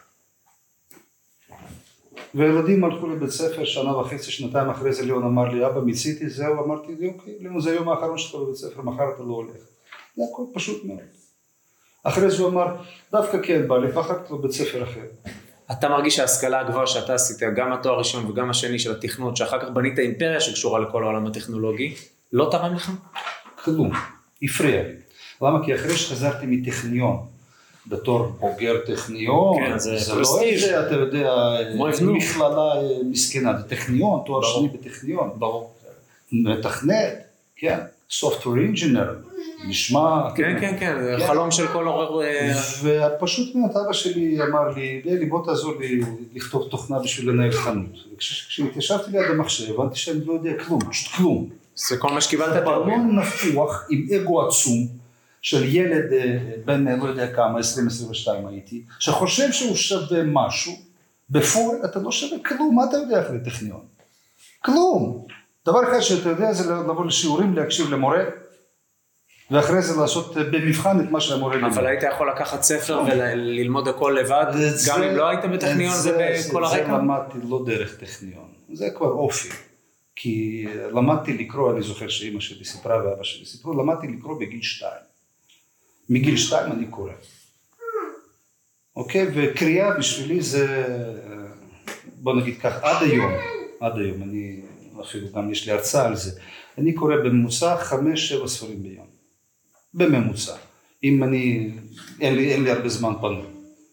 וילדים הלכו לבית ספר שנה וחצי, שנתיים אחרי זה ליאון אמר לי, אבא מיציתי, זהו, אמרתי לי, אוקיי, ליאון זה היום האחרון שלך בבית ספר, מחר אתה לא הולך. זה הכל פשוט מאוד. אחרי זה הוא אמר, דווקא כן, בא לי, פחדתי לו בית ספר אחר. אתה מרגיש שההשכלה הגבוהה שאתה עשית, גם התואר הראשון וגם השני של התכנות, שאחר כך בנית אימפריה שקשורה לכל העולם הטכנולוגי, לא תרם לך? כלום, הפריע לי. למה? כי אחרי שחזרתי מטכניון, בתור בוגר טכניון, כן, זה, זה לא איזה, אתה יודע, מכללה מסכנה, זה טכניון, תואר שני בטכניון. ברור. מתכנת, כן, software engineer. נשמע... כן, כן, כן, זה חלום של כל עורר... ופשוט מאוד אבא שלי אמר לי, אלי, בוא תעזור לי לכתוב תוכנה בשביל לנהל חנות. וכשהתיישבתי ליד המחשב, הבנתי שאני לא יודע כלום, פשוט כלום. זה כל מה שקיבלת את בלון נפוח עם אגו עצום של ילד בין, לא יודע כמה, עשרים עשרים ושתיים הייתי, שחושב שהוא שווה משהו, בפועל אתה לא שווה כלום, מה אתה יודע אחרי טכניון? כלום. דבר אחד שאתה יודע זה לבוא לשיעורים, להקשיב למורה, ואחרי זה לעשות במבחן את מה שהמורה לימד. אבל היית יכול לקחת ספר וללמוד הכל לבד, גם אם לא היית בטכניון ובכל הרקע? זה למדתי לא דרך טכניון, זה כבר אופי. כי למדתי לקרוא, אני זוכר שאמא שלי סיפרה ואבא שלי סיפרו, למדתי לקרוא בגיל שתיים. מגיל שתיים אני קורא. אוקיי? וקריאה בשבילי זה, בוא נגיד כך, עד היום, עד היום, אני אפילו גם יש לי הרצאה על זה, אני קורא בממוצע חמש, שבע ספרים ביום. בממוצע. אם אני, אין לי, אין לי הרבה זמן פנוי.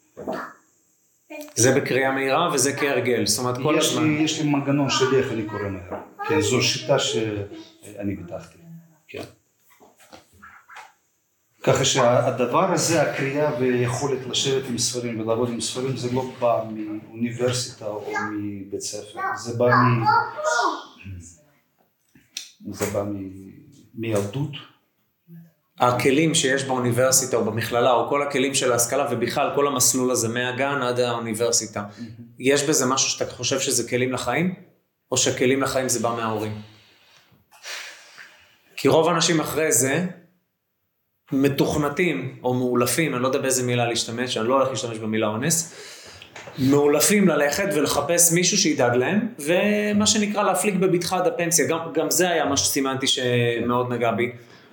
זה בקריאה מהירה וזה כהרגל, זאת אומרת כל יש הזמן. לי, יש לי מנגנון שלי איך אני קורא מהר. כן, זו שיטה שאני פיתחתי. כן. ככה שהדבר הזה, הקריאה ויכולת לשבת עם ספרים ולעבוד עם ספרים, זה לא בא מאוניברסיטה או מבית ספר. זה בא מ... זה בא מ... מילדות. הכלים שיש באוניברסיטה או במכללה, או כל הכלים של ההשכלה, ובכלל כל המסלול הזה, מהגן עד האוניברסיטה, יש בזה משהו שאתה חושב שזה כלים לחיים? או שכלים לחיים זה בא מההורים? כי רוב האנשים אחרי זה, מתוכנתים או מאולפים, אני לא יודע באיזה מילה להשתמש, אני לא הולך להשתמש במילה אונס, מאולפים ללכת ולחפש מישהו שידאג להם, ומה שנקרא להפליג בבטחה עד הפנסיה, גם, גם זה היה מה שסימנתי שמאוד נגע בי.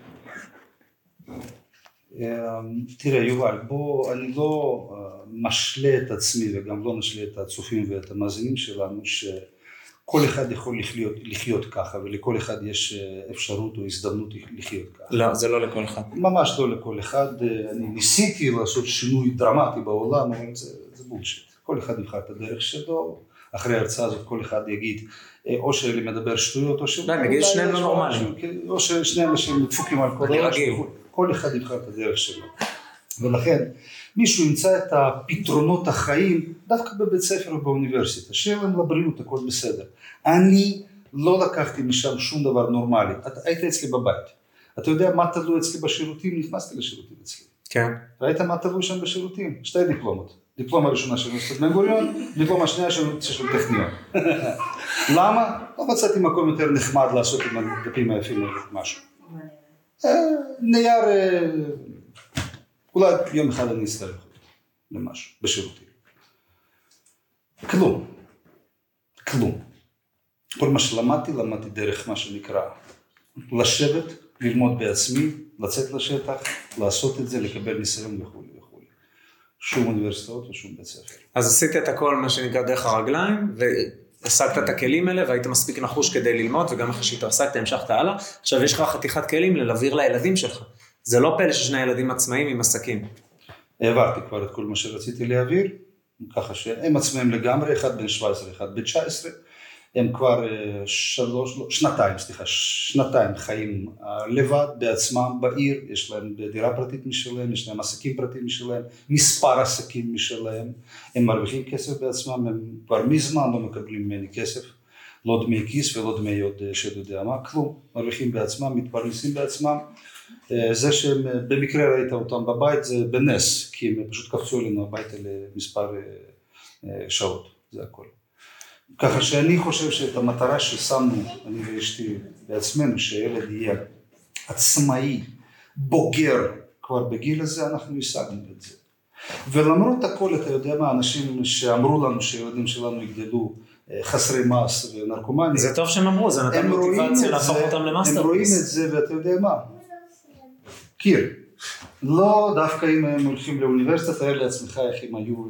תראה יובל, בוא, אני לא משלה את עצמי וגם לא משלה את הצופים ואת המאזינים שלנו שכל אחד יכול לחיות, לחיות ככה ולכל אחד יש אפשרות או הזדמנות לחיות ככה. לא, זה לא לכל אחד. ממש לא לכל אחד. אני ניסיתי לעשות שינוי דרמטי בעולם, אבל זה, זה בולשיט. כל אחד יבחר את הדרך שלו, אחרי ההרצאה הזאת כל אחד יגיד או שאני מדבר שטויות או ש... לא, נגיד שניהם לא נורמליים. או ששני אנשים דפוקים על כל דבר. כל אחד יבחר את הדרך שלו. ולכן מישהו ימצא את הפתרונות החיים דווקא בבית ספר ובאוניברסיטה, שיהיה להם לבריאות, הכל בסדר. אני לא לקחתי משם שום דבר נורמלי. אתה היית אצלי בבית. אתה יודע מה תלוי אצלי בשירותים? נכנסתי לשירותים אצלי. כן. ראית מה תלוי שם בשירותים? שתי דיפלומות. דיפלומה ראשונה של אוניברסיטת בן גוריון, דיפלומה שנייה של טכניון. למה? לא מצאתי מקום יותר נחמד לעשות עם הדפים היפים האלה משהו. נייר, אולי יום אחד אני אצטרך למשהו, בשירותים. כלום, כלום. כל מה שלמדתי, למדתי דרך מה שנקרא לשבת, ללמוד בעצמי, לצאת לשטח, לעשות את זה, לקבל ניסיון וכו' וכו'. שום אוניברסיטאות ושום בית ספר. אז עשית את הכל מה שנקרא דרך הרגליים, והשגת את הכלים האלה, והיית מספיק נחוש כדי ללמוד, וגם אחרי שהתעסקת, המשכת הלאה. עכשיו יש לך חתיכת כלים ללהעביר לילדים שלך. זה לא פלא ששני ילדים עצמאים עם עסקים. העברתי כבר את כל מה שרציתי להעביר, ככה שהם עצמאים לגמרי, אחד בן שבע עשרה, אחד בן תשע עשרה, הם כבר שלוש, שנתיים, סליחה, שנתיים חיים לבד בעצמם בעיר, יש להם דירה פרטית משלהם, יש להם עסקים פרטיים משלהם, מספר עסקים משלהם, הם מרוויחים כסף בעצמם, הם כבר מזמן לא מקבלים ממני כסף, לא דמי כיס ולא דמי יוד של יודע מה, כלום, מרוויחים בעצמם, מתפרנסים בעצמם, זה שהם במקרה ראית אותם בבית זה בנס, כי הם פשוט קפצו אלינו הביתה למספר שעות, זה הכל. ככה שאני חושב שאת המטרה ששמנו, אני ואשתי בעצמנו, שהילד יהיה עצמאי, בוגר כבר בגיל הזה, אנחנו השגנו את זה. ולמרות הכל, אתה יודע מה, אנשים שאמרו לנו שהילדים שלנו יגדלו חסרי מס ונרקומנים. זה טוב שהם אמרו, זה נתן מוטיבציה להפוך אותם למאסטרפיס. הם רואים את זה ואתה יודע מה, קיר. לא דווקא אם הם הולכים לאוניברסיטה, תאר לעצמך איך הם היו...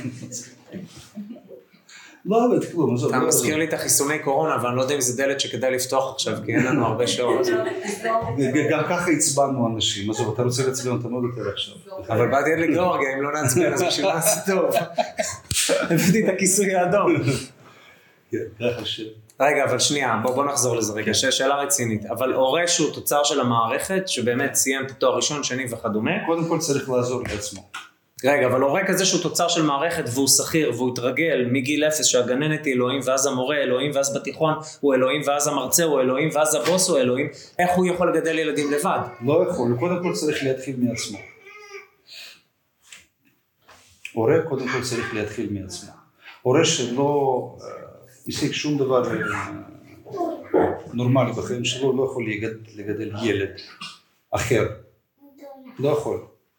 לא עובד כלום. אתה מזכיר לי את החיסוני קורונה, אבל אני לא יודע אם זה דלת שכדאי לפתוח עכשיו, כי אין לנו הרבה שעות. גם ככה הצבענו אנשים, אז אתה רוצה להצביע אותם עוד יותר עכשיו. אבל באתי עד לגיאורגיה, אם לא נעצבן, אז בשביל מה זה טוב. הבאתי את הכיסוי האדום. כן, ככה ש... רגע, אבל שנייה, בוא נחזור לזה רגע, שאלה רצינית. אבל הורה שהוא תוצר של המערכת, שבאמת סיים את התואר ראשון, שני וכדומה. קודם כל צריך לעזור לעצמו. רגע, אבל הורה כזה שהוא תוצר של מערכת והוא שכיר והוא התרגל מגיל אפס שהגננת היא אלוהים ואז המורה אלוהים ואז בתיכון הוא אלוהים ואז המרצה הוא אלוהים ואז הבוס הוא אלוהים, איך הוא יכול לגדל ילדים לבד? לא יכול, קודם כל צריך להתחיל מעצמו. הורה קודם כל צריך להתחיל מעצמו. הורה שלא השיג שום דבר נורמלי בחיים שלו לא יכול לגדל ילד אחר. לא יכול.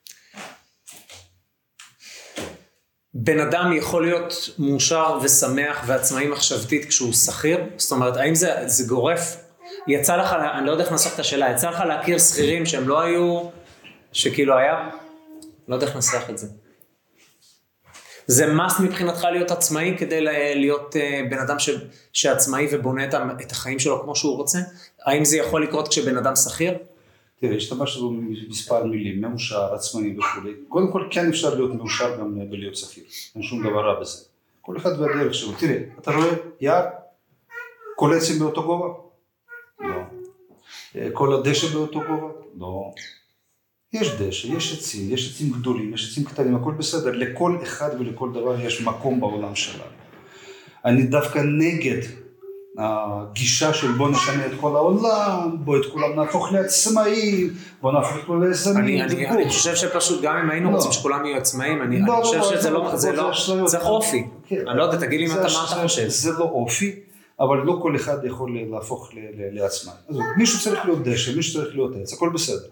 בן אדם יכול להיות מאושר ושמח ועצמאי מחשבתית כשהוא שכיר? זאת אומרת, האם זה, זה גורף? יצא לך, אני לא יודע איך נסח את השאלה, יצא לך להכיר שכירים שהם לא היו, שכאילו היה? לא יודע איך נסח את זה. זה מס מבחינתך להיות עצמאי כדי להיות בן אדם ש, שעצמאי ובונה את החיים שלו כמו שהוא רוצה? האם זה יכול לקרות כשבן אדם שכיר? תראה, השתמשנו במספר מילים, מאושר, עצמאי וכו'. קודם כל, כן אפשר להיות מאושר גם בלהיות שכיר. אין שום דבר רע בזה. כל אחד והדרך שלו. תראה, אתה רואה יער? כל עצים באותו גובה? לא. כל הדשא באותו גובה? לא. יש דשא, יש עצים, יש עצים גדולים, יש עצים קטנים, הכל בסדר. לכל אחד ולכל דבר יש מקום בעולם שלנו. אני דווקא נגד הגישה של בוא נשנה את כל העולם, בוא את כולם נהפוך לעצמאים, בוא נהפוך את כל היזמים. אני חושב שפשוט גם אם היינו רוצים שכולם יהיו עצמאים, אני חושב שזה לא, זה אופי. אני לא יודע, תגיד לי מה אתה חושב. זה לא אופי, אבל לא כל אחד יכול להפוך לעצמאי. מישהו צריך להיות דשא, מישהו צריך להיות עץ, הכל בסדר.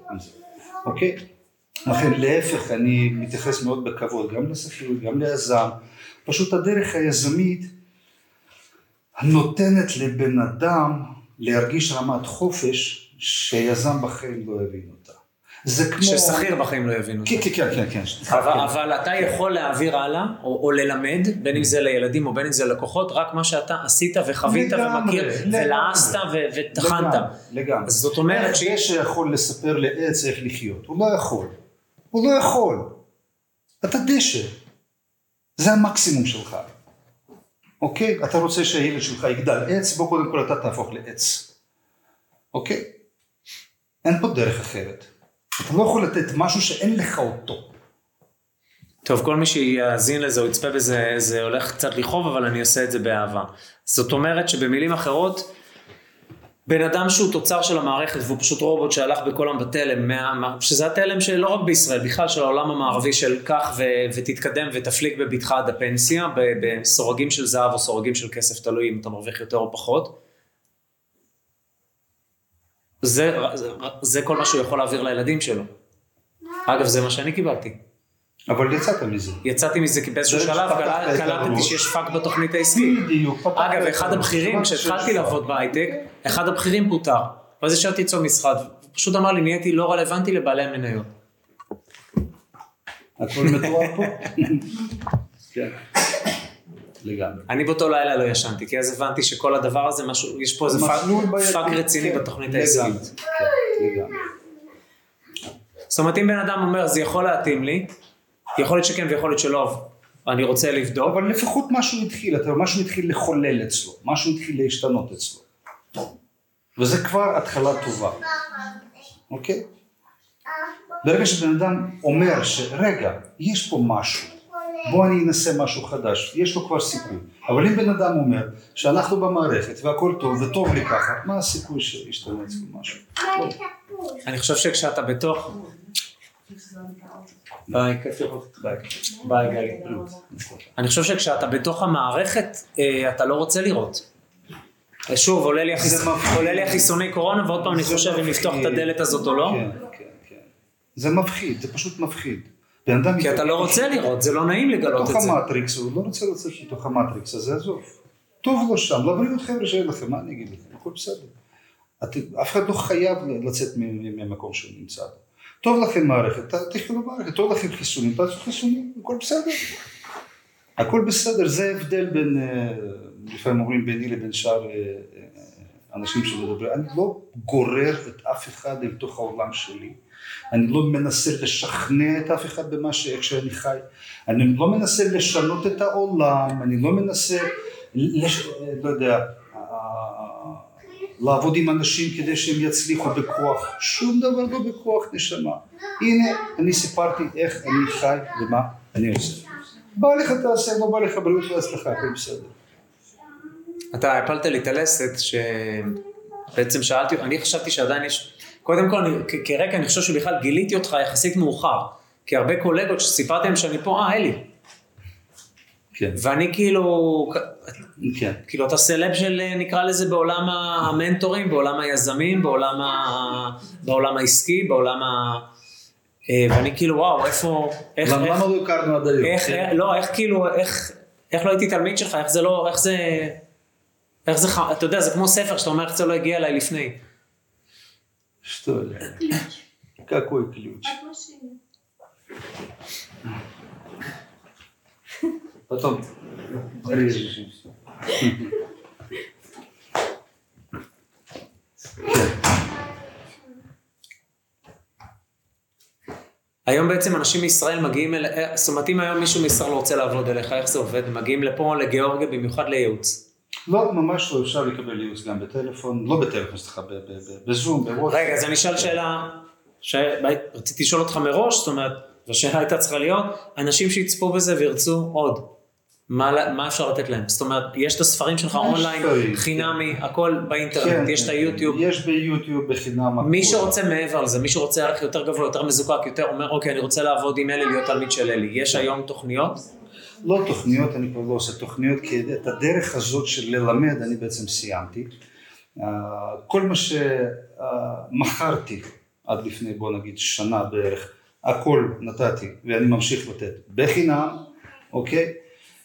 אוקיי? לכן להפך, אני מתייחס מאוד בכבוד, גם לשכיר, גם ליזם, פשוט הדרך היזמית נותנת לבן אדם להרגיש רמת חופש שיזם בחיים לא יבין אותה. זה כמו... ששכיר בחיים לא יבין אותה. כן, כן, כן, כן. אבל, אבל אתה יכול להעביר הלאה, או, או ללמד, בין אם זה לילדים או בין אם זה לקוחות, רק מה שאתה עשית וחווית ומכיר, ולעסת וטחנת. לגמרי. אז זאת אומרת ש... יש שיכול לספר לעץ איך לחיות, הוא לא יכול. הוא לא יכול. אתה דשא. זה המקסימום שלך. אוקיי? אתה רוצה שהילד שלך יגדל עץ, בוא קודם כל אתה תהפוך לעץ. אוקיי? אין פה דרך אחרת. אתה לא יכול לתת משהו שאין לך אותו. טוב, כל מי שיאזין לזה או יצפה בזה, זה הולך קצת לחוב, אבל אני עושה את זה באהבה. זאת אומרת שבמילים אחרות, בן אדם שהוא תוצר של המערכת, והוא פשוט רובוט שהלך בכל העם בתלם, שזה התלם שלא רק בישראל, בכלל של העולם המערבי של כך ו- ותתקדם ותפליג בביטחה עד הפנסיה, בסורגים של זהב או סורגים של כסף, תלוי אם אתה מרוויח יותר או פחות. זה, זה, זה כל מה שהוא יכול להעביר לילדים שלו. אגב, זה מה שאני קיבלתי. אבל יצאת מזה. יצאתי מזה, כי באיזשהו שלב קלטתי שיש פאק בתוכנית העסקית. אגב, אחד הבכירים, כשהתחלתי לעבוד בהייטק, אחד הבכירים פוטר. ואז ישבתי אצלו משרד, פשוט אמר לי, נהייתי לא רלוונטי לבעלי המניות. הכל מתואר פה? כן. לגמרי. אני באותו לילה לא ישנתי, כי אז הבנתי שכל הדבר הזה, משהו, יש פה איזה פאק רציני בתוכנית העסקית. לגמרי. זאת אומרת, אם בן אדם אומר, זה יכול להתאים לי, יכול להיות שכן ויכול להיות שלא, אני רוצה לבדוק. אבל לפחות משהו התחיל, אתה יודע, משהו התחיל לחולל אצלו, משהו התחיל להשתנות אצלו. וזה כבר התחלה טובה. אוקיי? ברגע שבן אדם אומר שרגע, יש פה משהו, בוא אני אנסה משהו חדש, יש לו כבר סיכוי. אבל אם בן אדם אומר שאנחנו במערכת והכל טוב וטוב לי ככה, מה הסיכוי שישתנה אצלו משהו? אני חושב שכשאתה בתוך... ביי, כיף לראות. ביי. ביי, גלי. אני חושב שכשאתה בתוך המערכת, אתה לא רוצה לראות. שוב, עולה לי החיסוני קורונה, ועוד פעם אני חושב אם לפתוח את הדלת הזאת או לא. כן, כן, כן. זה מפחיד, זה פשוט מפחיד. כי אתה לא רוצה לראות, זה לא נעים לגלות את זה. בתוך המטריקס, הוא לא רוצה לצאת בתוך המטריקס, אז זה עזוב. טוב לו שם, לבריאות חבר'ה שאין לכם, מה אני אגיד לכם? הכל בסדר. אף אחד לא חייב לצאת מהמקום שהוא נמצא. טוב לכם מערכת, תחיו במערכת, טוב לכם חיסונים, תעשו חיסונים, הכל בסדר. הכל בסדר, זה הבדל בין, לפעמים אומרים ביני לבין שאר אנשים שמדברים. אני לא גורר את אף אחד אל תוך העולם שלי. אני לא מנסה לשכנע את אף אחד במה שאיך שאני חי. אני לא מנסה לשנות את העולם, אני לא מנסה, לש... לא יודע, לעבוד עם אנשים כדי שהם יצליחו בכוח. שום דבר לא בכוח נשמה. הנה, אני סיפרתי איך אני חי ומה אני עושה. בא לך תעשה, לא בא לך בריאות והצלחה, הכל בסדר. אתה הפלת לי את הלסת שבעצם שאלתי, אני חשבתי שעדיין יש, קודם כל כרקע אני חושב שבכלל גיליתי אותך יחסית מאוחר, כי הרבה קולגות שסיפרתי להם שאני פה, אה אלי. כן. ואני כאילו, כן. כאילו אתה סלב של נקרא לזה בעולם המנטורים, בעולם היזמים, בעולם, ה... בעולם העסקי, בעולם ה... ואני כאילו וואו, איפה, איך, למה איך, לא הכרנו עד היום? איך, איך, לא, איך כאילו, איך, איך לא הייתי תלמיד שלך, איך זה לא, איך זה, איך זה, אתה יודע, זה כמו ספר שאתה אומר, איך זה לא הגיע אליי לפני. Что ли? Какой ключ? Потом режешь. היום בעצם אנשים מישראל מגיעים אל... זאת אומרת, אם היום מישהו מישראל רוצה לעבוד אליך, איך זה עובד? מגיעים לפה, לגיאורגיה, במיוחד לייעוץ. לא, ממש לא, אפשר לקבל ייעוץ גם בטלפון, לא בטלפון, סליחה, בזום, בוואטסאפ. רגע, אז אני אשאל שאלה, רציתי לשאול אותך מראש, זאת אומרת, והשאלה הייתה צריכה להיות, אנשים שיצפו בזה וירצו עוד, מה אפשר לתת להם? זאת אומרת, יש את הספרים שלך אונליין, חינמי, הכל באינטרנט, יש את היוטיוב. יש ביוטיוב בחינם. מי שרוצה מעבר לזה, מי שרוצה ערך יותר גבוה, יותר מזוקק, יותר אומר, אוקיי, אני רוצה לעבוד עם אלי, להיות תלמיד של אלי. יש היום תוכניות? לא תוכניות, אני כבר לא עושה תוכניות, כי את הדרך הזאת של ללמד, אני בעצם סיימתי. כל מה שמכרתי עד לפני, בוא נגיד, שנה בערך, הכל נתתי, ואני ממשיך לתת בחינם, אוקיי?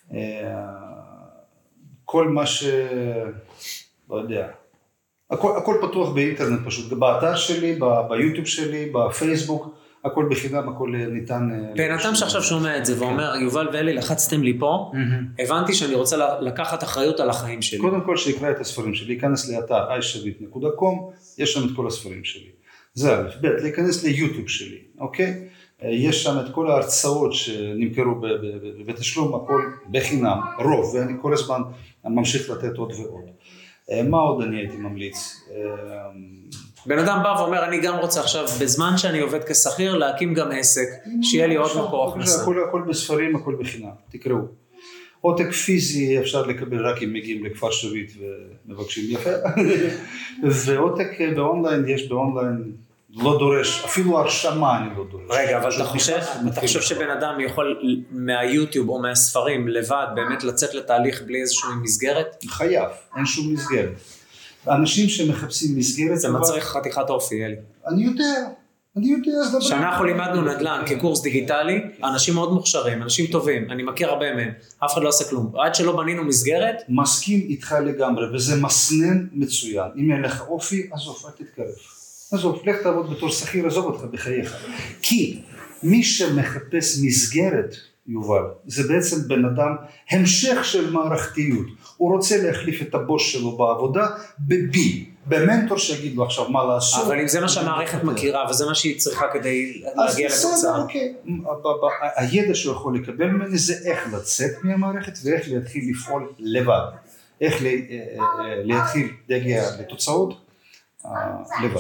כל מה ש... לא יודע. הכל, הכל פתוח באינטרנט פשוט, באתר שלי, ביוטיוב שלי, בפייסבוק, הכל בחינם, הכל ניתן... בן אדם שעכשיו שומע את זה ואומר, יובל ואלי, לחצתם לי פה, הבנתי שאני רוצה לקחת אחריות על החיים שלי. קודם כל שיקרא את הספרים שלי, להיכנס לאתר איי שביט נקודה קום, יש שם את כל הספרים שלי. זה א', ב', להיכנס ליוטיוב שלי, אוקיי? יש שם את כל ההרצאות שנמכרו בתשלום, הכל בחינם, רוב, ואני כל הזמן ממשיך לתת עוד ועוד. מה עוד אני הייתי ממליץ? בן אדם בא ואומר, אני גם רוצה עכשיו, בזמן שאני עובד כשכיר, להקים גם עסק, שיהיה לי עוד מקור הכנסה. הכל בספרים, הכל בחינם, תקראו. עותק פיזי אפשר לקבל רק אם מגיעים לכפר שביט ומבקשים יפה. ועותק באונליין, יש באונליין, לא דורש, אפילו הרשמה אני לא דורש. רגע, אבל אתה חושב, אתה חושב שבן אדם יכול מהיוטיוב או מהספרים לבד באמת לצאת לתהליך בלי איזושהי מסגרת? חייב, אין שום מסגרת. אנשים שמחפשים מסגרת... זה מצריך חתיכת אופי, אלי. אני יודע, אני יודע. שאנחנו לימדנו נדל"ן כקורס דיגיטלי, אנשים מאוד מוכשרים, אנשים טובים, אני מכיר הרבה מהם, אף אחד לא עושה כלום. עד שלא בנינו מסגרת... מסכים איתך לגמרי, וזה מסנן מצוין. אם אין לך אופי, עזוב, אל תתקרב. עזוב, לך תעבוד בתור שכיר, עזוב אותך בחייך. כי מי שמחפש מסגרת, יובל, זה בעצם בן אדם המשך של מערכתיות. הוא רוצה להחליף את הבוס שלו בעבודה בבי, במנטור שיגיד לו עכשיו מה לעשות. אבל אם זה מה שהמערכת מכירה, וזה מה שהיא צריכה כדי להגיע לתוצאה. אוקיי. הידע שהוא יכול לקבל ממני זה איך לצאת מהמערכת ואיך להתחיל לפעול לבד. איך להתחיל להגיע לתוצאות לבד.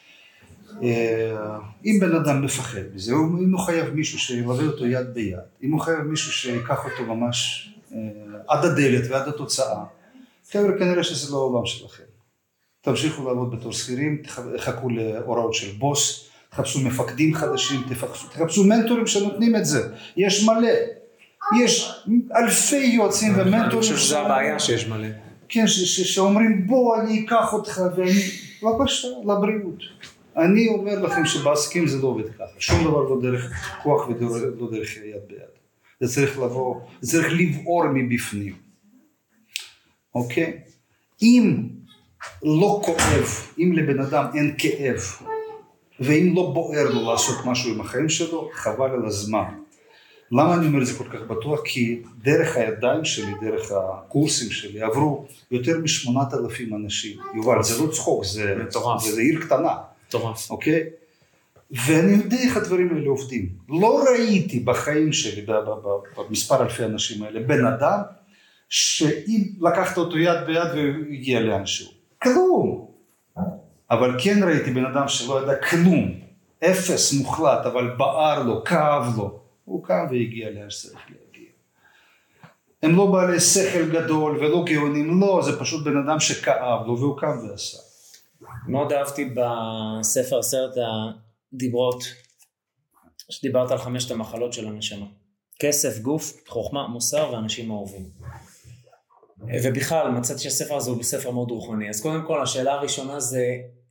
אם בן אדם מפחד מזה, אם הוא חייב מישהו שילווה אותו יד ביד, אם הוא חייב מישהו שיקח אותו ממש עד הדלת ועד התוצאה, חבר'ה, כנראה שזה לא העולם שלכם. תמשיכו לעבוד בתור שכירים, תחכו להוראות של בוס, תחפשו מפקדים חדשים, תחפשו מנטורים שנותנים את זה. יש מלא, יש אלפי יועצים ומנטורים. אני חושב שזה הבעיה שיש מלא. כן, שאומרים בוא אני אקח אותך ואני, בבקשה, לבריאות. אני אומר לכם שבעסקים זה לא עובד ככה, שום דבר לא דרך כוח ולא דרך יד ביד. זה צריך לבוא, זה צריך לבעור מבפנים. אוקיי? אם לא כואב, אם לבן אדם אין כאב, ואם לא בוער לו לעשות משהו עם החיים שלו, חבל על הזמן. למה אני אומר את זה כל כך בטוח? כי דרך הידיים שלי, דרך הקורסים שלי, עברו יותר משמונת אלפים אנשים. יובל, זה לא צחוק, זה, זה, זה עיר קטנה. מטורף. אוקיי? ואני יודע איך הדברים האלה עובדים. לא ראיתי בחיים שלי, במספר אלפי אנשים האלה, בן אדם, שאם לקחת אותו יד ביד והגיע לאנשהו. כלום. אבל כן ראיתי בן אדם שלא ידע כלום. אפס מוחלט, אבל בער לו, כאב לו. הוא קם והגיע לאן שצריך להגיע. הם לא בעלי שכל גדול ולא גאונים, לא, זה פשוט בן אדם שכאב לו והוא קם ועשה. מאוד אהבתי בספר עשרת הדיברות, שדיברת על חמשת המחלות של הנשמה. כסף, גוף, חוכמה, מוסר ואנשים אהובים. ובכלל, מצאתי שהספר הזה הוא ספר מאוד רוחני. אז קודם כל, השאלה הראשונה זה,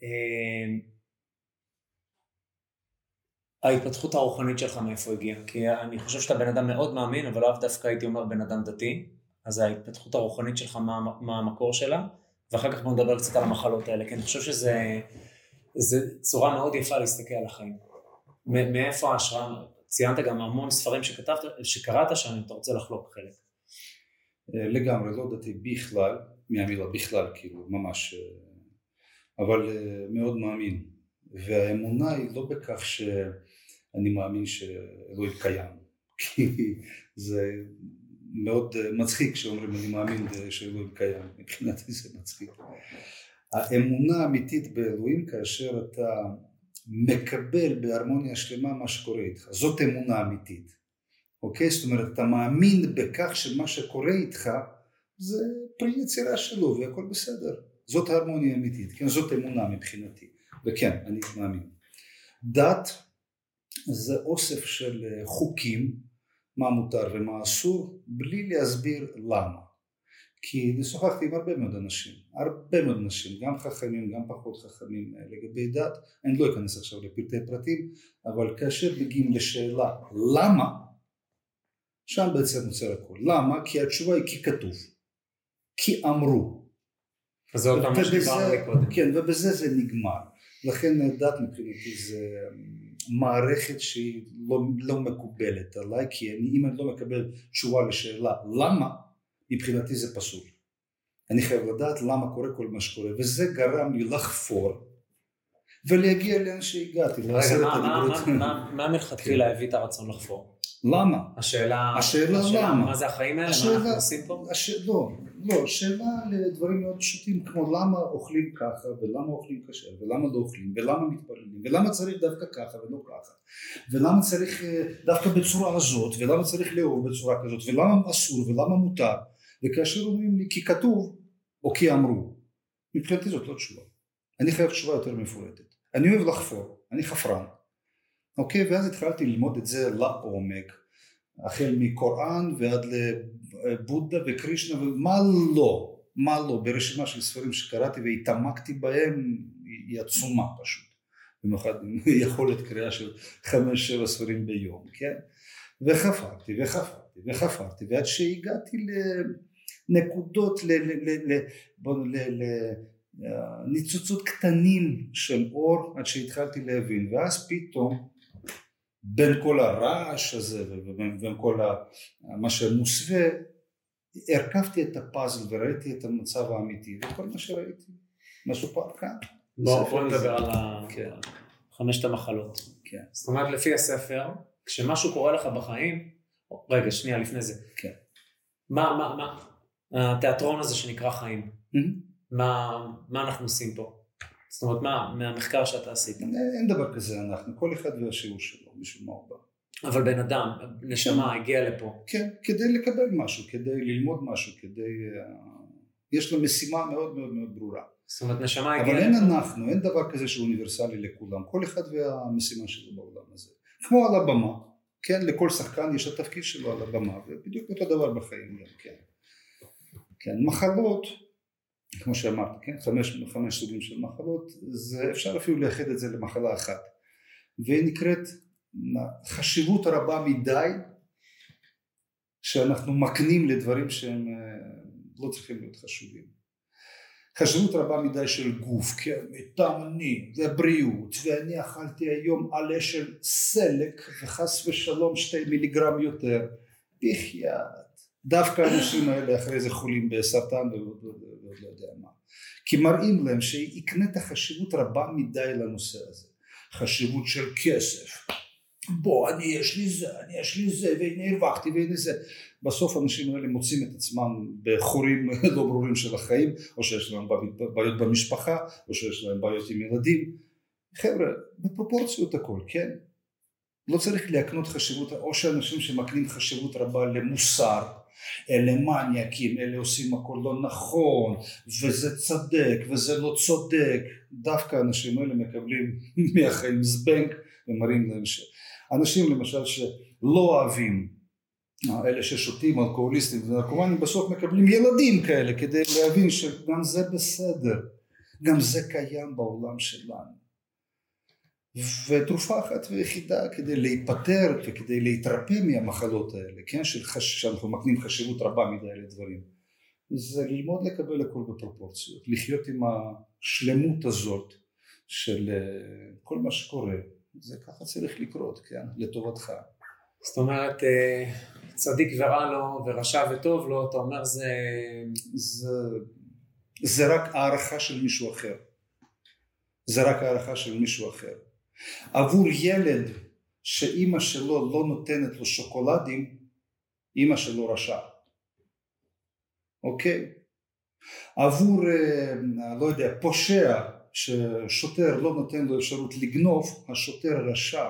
ההתפתחות הרוחנית שלך מאיפה הגיעה? כי אני חושב שאתה בן אדם מאוד מאמין, אבל לאו דווקא הייתי אומר בן אדם דתי. אז ההתפתחות הרוחנית שלך, מה, מה המקור שלה? ואחר כך בוא נדבר קצת על המחלות האלה, כי אני חושב שזה זה צורה מאוד יפה להסתכל על החיים. מאיפה ההשראה? ציינת גם המון ספרים שכתבת, שקראת שם, אם אתה רוצה לחלוק חלק. לגמרי, לא דתי בכלל, מהמילה בכלל, כאילו, ממש, אבל מאוד מאמין. והאמונה היא לא בכך שאני מאמין שאלוהים קיים, כי זה מאוד מצחיק שאומרים אני מאמין שאלוהים קיים, מבחינתי זה מצחיק. האמונה האמיתית באלוהים כאשר אתה מקבל בהרמוניה שלמה מה שקורה איתך, זאת אמונה אמיתית. אוקיי? זאת אומרת, אתה מאמין בכך שמה שקורה איתך זה פרי יצירה שלו והכל בסדר. זאת ההרמוניה האמיתית, כן? זאת אמונה מבחינתי. וכן, אני מאמין. דת זה אוסף של חוקים, מה מותר ומה אסור, בלי להסביר למה. כי שוחחתי עם הרבה מאוד אנשים, הרבה מאוד אנשים, גם חכמים, גם פחות חכמים לגבי דת, אני לא אכנס עכשיו לפרטי פרטים, אבל כאשר מגיעים לשאלה למה, שם בעצם נוצר הכל. למה? כי התשובה היא כי כתוב. כי אמרו. אז זה עוד פעם מה שדיברנו לי קודם. כן, ובזה זה נגמר. לכן דת מבחינתי זה מערכת שהיא לא, לא מקובלת עליי, כי אני, אם אני לא מקבל תשובה לשאלה למה, מבחינתי זה פסול. אני חייב לדעת למה קורה כל מה שקורה, וזה גרם לי לחפור, ולהגיע לאן שהגעתי. מה מלכתחילה הביא את הרצון לחפור? למה? השאלה, השאלה למה? מה זה החיים האלה? מה אנחנו עושים פה? לא, לא, שאלה לדברים מאוד פשוטים, כמו למה אוכלים ככה, ולמה אוכלים כשר, ולמה לא אוכלים, ולמה מתפללים, ולמה צריך דווקא ככה ולא ככה, ולמה צריך דווקא בצורה הזאת, ולמה צריך לאהוב בצורה כזאת, ולמה אסור, ולמה מותר, וכאשר אומרים לי כי כתוב, או כי אמרו, מבחינתי זאת לא תשובה. אני חייב תשובה יותר מפורטת. אני אוהב לחפור, אני חפרן. אוקיי, ואז התחלתי ללמוד את זה לעומק, החל מקוראן ועד לבודה וקרישנה, ומה לא, מה לא, ברשימה של ספרים שקראתי והתעמקתי בהם, היא עצומה פשוט, במיוחד יכולת קריאה של חמש שבע ספרים ביום, כן? וחפרתי וחפרתי וחפרתי, ועד שהגעתי לנקודות, לניצוצות קטנים של אור, עד שהתחלתי להבין, ואז פתאום, בין כל הרעש הזה ובין כל מה שמוסווה, הרכבתי את הפאזל וראיתי את המצב האמיתי, וכל מה שראיתי, משהו פה כאן. בואו נדבר על חמשת המחלות. כן. זאת אומרת, לפי הספר, כשמשהו קורה לך בחיים, רגע, שנייה לפני זה, כן. מה, מה, מה, התיאטרון הזה שנקרא חיים, מה, מה אנחנו עושים פה? זאת אומרת, מה, מהמחקר שאתה עשית? אין דבר כזה אנחנו, כל אחד והשיעור שלו, בשביל מה הוא בא. אבל בן אדם, נשמה, הגיע לפה. כן, כדי לקבל משהו, כדי ללמוד משהו, כדי... יש לו משימה מאוד מאוד מאוד ברורה. זאת אומרת, נשמה הגיע לפה. לפה. אבל אין אנחנו, אין דבר כזה שהוא אוניברסלי לכולם, כל אחד והמשימה שלו בעולם הזה. כמו על הבמה, כן, לכל שחקן יש התפקיד שלו על הבמה, ובדיוק אותו דבר בחיים גם, כן. כן, מחלות... כמו שאמרתי, כן? חמש, חמש סוגים של מחלות, זה אפשר אפילו לאחד את זה למחלה אחת. והיא נקראת חשיבות רבה מדי, שאנחנו מקנים לדברים שהם לא צריכים להיות חשובים. חשיבות רבה מדי של גוף, כן? מתאמנים ובריאות, ואני אכלתי היום עלה של סלק, וחס ושלום שתי מיליגרם יותר, בחייאת. דווקא האנשים האלה אחרי זה חולים בסרטן ועוד לא יודע מה. כי מראים להם שיקנה את החשיבות רבה מדי לנושא הזה. חשיבות של כסף. בוא, אני יש לי זה, אני יש לי זה, והנה הרווחתי, והנה זה. בסוף האנשים האלה מוצאים את עצמם בחורים לא ברורים של החיים, או שיש להם בעיות במשפחה, או שיש להם בעיות עם ילדים. חבר'ה, בפרופורציות הכל, כן? לא צריך להקנות חשיבות, או שאנשים שמקנים חשיבות רבה למוסר, אלה מניאקים, אלה עושים הכל לא נכון, וזה צדק, וזה לא צודק. דווקא האנשים האלה מקבלים מהחיים זבנק, ומראים להם ש... אנשים למשל שלא אוהבים, אלה ששותים, אלכוהוליסטים ונרקומנים, בסוף מקבלים ילדים כאלה, כדי להבין שגם זה בסדר, גם זה קיים בעולם שלנו. ותרופה אחת ויחידה כדי להיפטר וכדי להתרפא מהמחלות האלה, כן? שאנחנו מקנים חשיבות רבה מדי לדברים, זה ללמוד לקבל הכל בפרופורציות, לחיות עם השלמות הזאת של כל מה שקורה, זה ככה צריך לקרות, כן? לטובתך. זאת אומרת, צדיק ורע לו ורשע וטוב לו, אתה אומר זה... זה, זה רק הערכה של מישהו אחר, זה רק הערכה של מישהו אחר. עבור ילד שאמא שלו לא נותנת לו שוקולדים, אמא שלו רשע. אוקיי? עבור, לא יודע, פושע ששוטר לא נותן לו אפשרות לגנוב, השוטר רשע.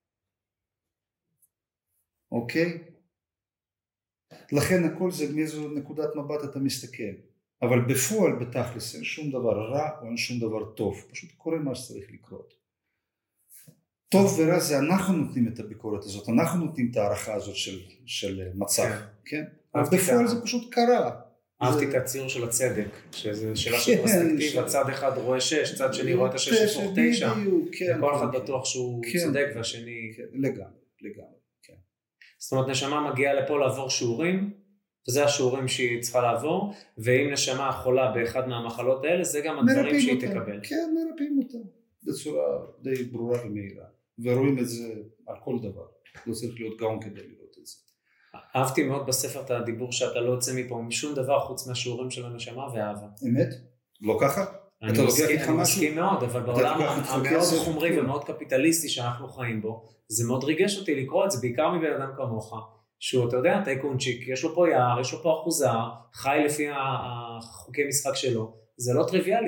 אוקיי? לכן הכל זה מאיזו נקודת מבט אתה מסתכל. אבל בפועל בתכלס אין שום דבר רע או אין שום דבר טוב. פשוט קורה מה שצריך לקרות. טוב ורע זה אנחנו נותנים את הביקורת הזאת, אנחנו נותנים את הערכה הזאת של, של מצב, כן? אבל בפועל זה פשוט קרה. אהבתי את הציור של הצדק, שזה שאלה של פרספקטיבה, צד אחד רואה שש, צד שני רואה את השש הפוך תשע, וכל אחד בטוח שהוא צודק והשני... לגמרי, לגמרי, כן. זאת אומרת, נשמה מגיעה לפה לעבור שיעורים, וזה השיעורים שהיא צריכה לעבור, ואם נשמה חולה באחד מהמחלות האלה, זה גם הדברים שהיא אותה. תקבל. כן, מרפאים אותה, בצורה די ברורה ומהירה, ורואים את זה על כל דבר, לא צריך להיות גאון כדי לראות את זה. אהבתי מאוד בספר את הדיבור שאתה לא יוצא מפה משום דבר חוץ מהשיעורים של הנשמה ואהבה. אמת? לא ככה? אני מסכים מאוד, אבל בעולם המאוד חומרי ומאוד קפיטליסטי שאנחנו חיים בו, זה מאוד ריגש אותי לקרוא את זה, בעיקר מבן אדם כמוך, שהוא, אתה יודע, טייקונצ'יק, יש לו פה יער, יש לו פה אחוזה, חי לפי החוקי משחק שלו, זה לא טריוויאלי.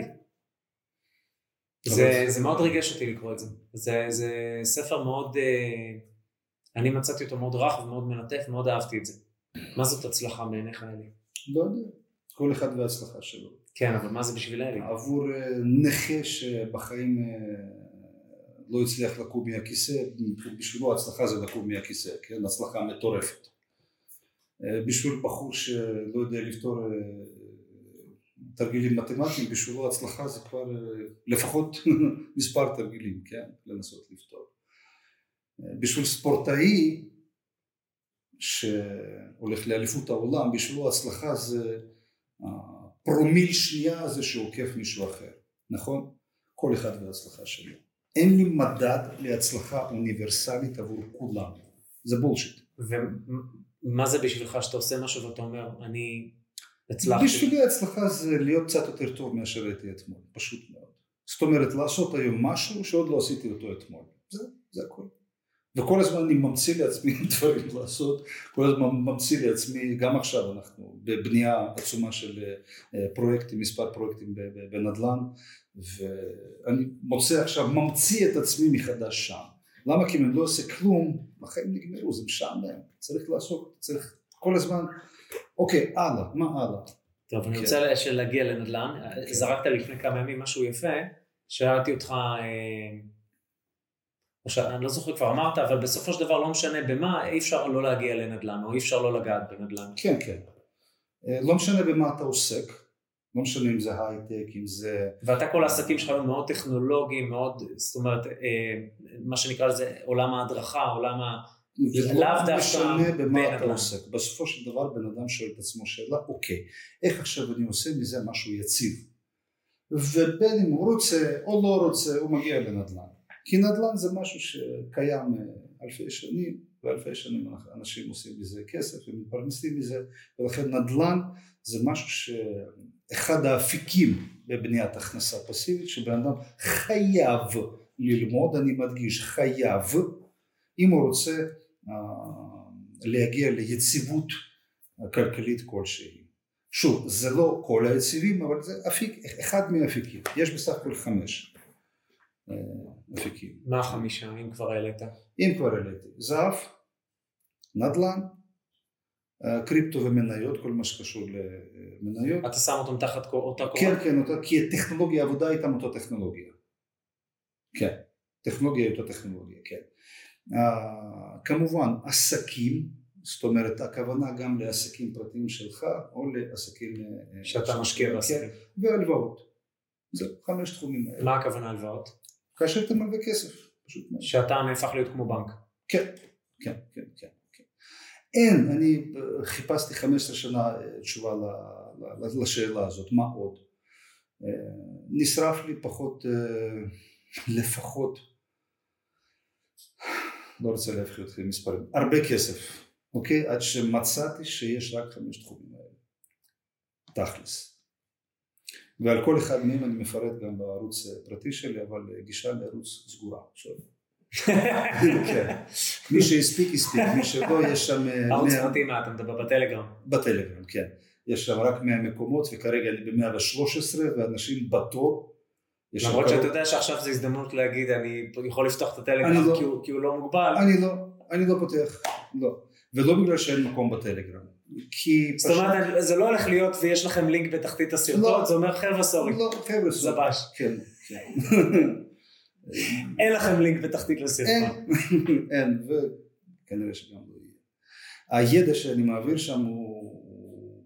זה מאוד ריגש אותי לקרוא את זה. זה ספר מאוד, אני מצאתי אותו מאוד רך ומאוד מנטף, מאוד אהבתי את זה. מה זאת הצלחה בעיניך אלי? לא יודע, כל אחד וההצלחה שלו. כן, אבל מה זה בשביל אלי? עבור נכה שבחיים לא הצליח לקום מהכיסא, בשבילו הצלחה זה לקום מהכיסא, כן? הצלחה מטורפת. בשביל בחור שלא יודע לפתור תרגילים מתמטיים, בשבילו הצלחה זה כבר לפחות מספר תרגילים, כן? לנסות לפתור. בשביל ספורטאי שהולך לאליפות העולם, בשבילו הצלחה זה פרומיל שנייה זה שעוקף מישהו אחר, נכון? כל אחד וההצלחה שלו. אין לי מדד להצלחה אוניברסלית עבור כולם, זה בולשיט. ומה זה בשבילך שאתה עושה משהו ואתה אומר, אני הצלחתי? בשבילי ההצלחה זה להיות קצת יותר טוב מאשר הייתי אתמול, פשוט מאוד. זאת אומרת, לעשות היום משהו שעוד לא עשיתי אותו אתמול, זה, זה הכל. וכל הזמן אני ממציא לעצמי דברים לעשות, כל הזמן ממציא לעצמי, גם עכשיו אנחנו בבנייה עצומה של פרויקטים, מספר פרויקטים בנדל"ן, ואני מוצא עכשיו, ממציא את עצמי מחדש שם. למה? כי אם אני לא עושה כלום, החיים נגמרו, זה משעמם, צריך לעשות, צריך כל הזמן, אוקיי, הלאה, מה הלאה? טוב, אני רוצה להגיע לנדל"ן, זרקת לפני כמה ימים משהו יפה, שאלתי אותך, אני לא זוכר כבר אמרת, אבל בסופו של דבר לא משנה במה, אי אפשר לא להגיע לנדל"ן, או אי אפשר לא לגעת בנדל"ן. כן, כן. לא משנה במה אתה עוסק, לא משנה אם זה הייטק, אם זה... ואתה כל העסקים שלך הם מאוד טכנולוגיים, מאוד, זאת אומרת, מה שנקרא לזה עולם ההדרכה, עולם ה... לא משנה במה אתה עוסק. בסופו של דבר בן אדם שואל את עצמו שאלה, אוקיי, איך עכשיו אני עושה מזה משהו יציב? ובין אם הוא רוצה או לא רוצה, הוא מגיע לנדל"ן. כי נדל"ן זה משהו שקיים אלפי שנים, ואלפי שנים אנשים עושים מזה כסף ומתפרנסים מזה, ולכן נדל"ן זה משהו שאחד האפיקים בבניית הכנסה פסיבית, שבן אדם חייב ללמוד, אני מדגיש, חייב, אם הוא רוצה להגיע ליציבות כלכלית כלשהי. שוב, זה לא כל היציבים, אבל זה אפיק, אחד מהאפיקים, יש בסך הכל חמש. אפיקים. מה החמישה, אם כבר העלית? אם כבר העליתי, זהב, נדל"ן, קריפטו ומניות, כל מה שקשור למניות. אתה שם אותם תחת אותה קורה? כן, כן, אותה, כי טכנולוגיה, עבודה איתם אותה טכנולוגיה. כן, טכנולוגיה היא אותה טכנולוגיה, כן. כמובן, עסקים, זאת אומרת, הכוונה גם לעסקים פרטיים שלך, או לעסקים... שאתה משקיע בעסקים. והלוואות. זה חמש תחומים האלה. מה הכוונה הלוואות? כאשר אתה מלווה כסף, פשוט מאוד. שאתה נהפך להיות כמו בנק. כן, כן, כן, כן. כן. אין, אני חיפשתי חמש עשרה שנה תשובה לשאלה הזאת, מה עוד? נשרף לי פחות, לפחות, לא רוצה להפחיד אתכם מספרים, הרבה כסף, אוקיי? עד שמצאתי שיש רק חמש תחומים האלה. תכלס. ועל כל אחד מהם אני מפרט גם בערוץ פרטי שלי, אבל גישה לערוץ סגורה. מי שהספיק, הספיק, מי שלא, יש שם... ערוץ פרטי מה, אתה מדבר בטלגרם? בטלגרם, כן. יש שם רק מאה מקומות, וכרגע אני ב-מאה ושלוש עשרה, ואנשים בתור. למרות שאתה יודע שעכשיו זו הזדמנות להגיד, אני יכול לפתוח את הטלגרם, כי הוא לא מוגבל. אני לא, אני לא פותח, לא. ולא בגלל שאין מקום בטלגרם. זאת אומרת, זה לא הולך להיות ויש לכם לינק בתחתית הסרטון, זה אומר חבר'ה סורי. לא, חבר'ה סורי. זבש. כן, כן. אין לכם לינק בתחתית לסרטון. אין, וכנראה שגם לא יהיה. הידע שאני מעביר שם הוא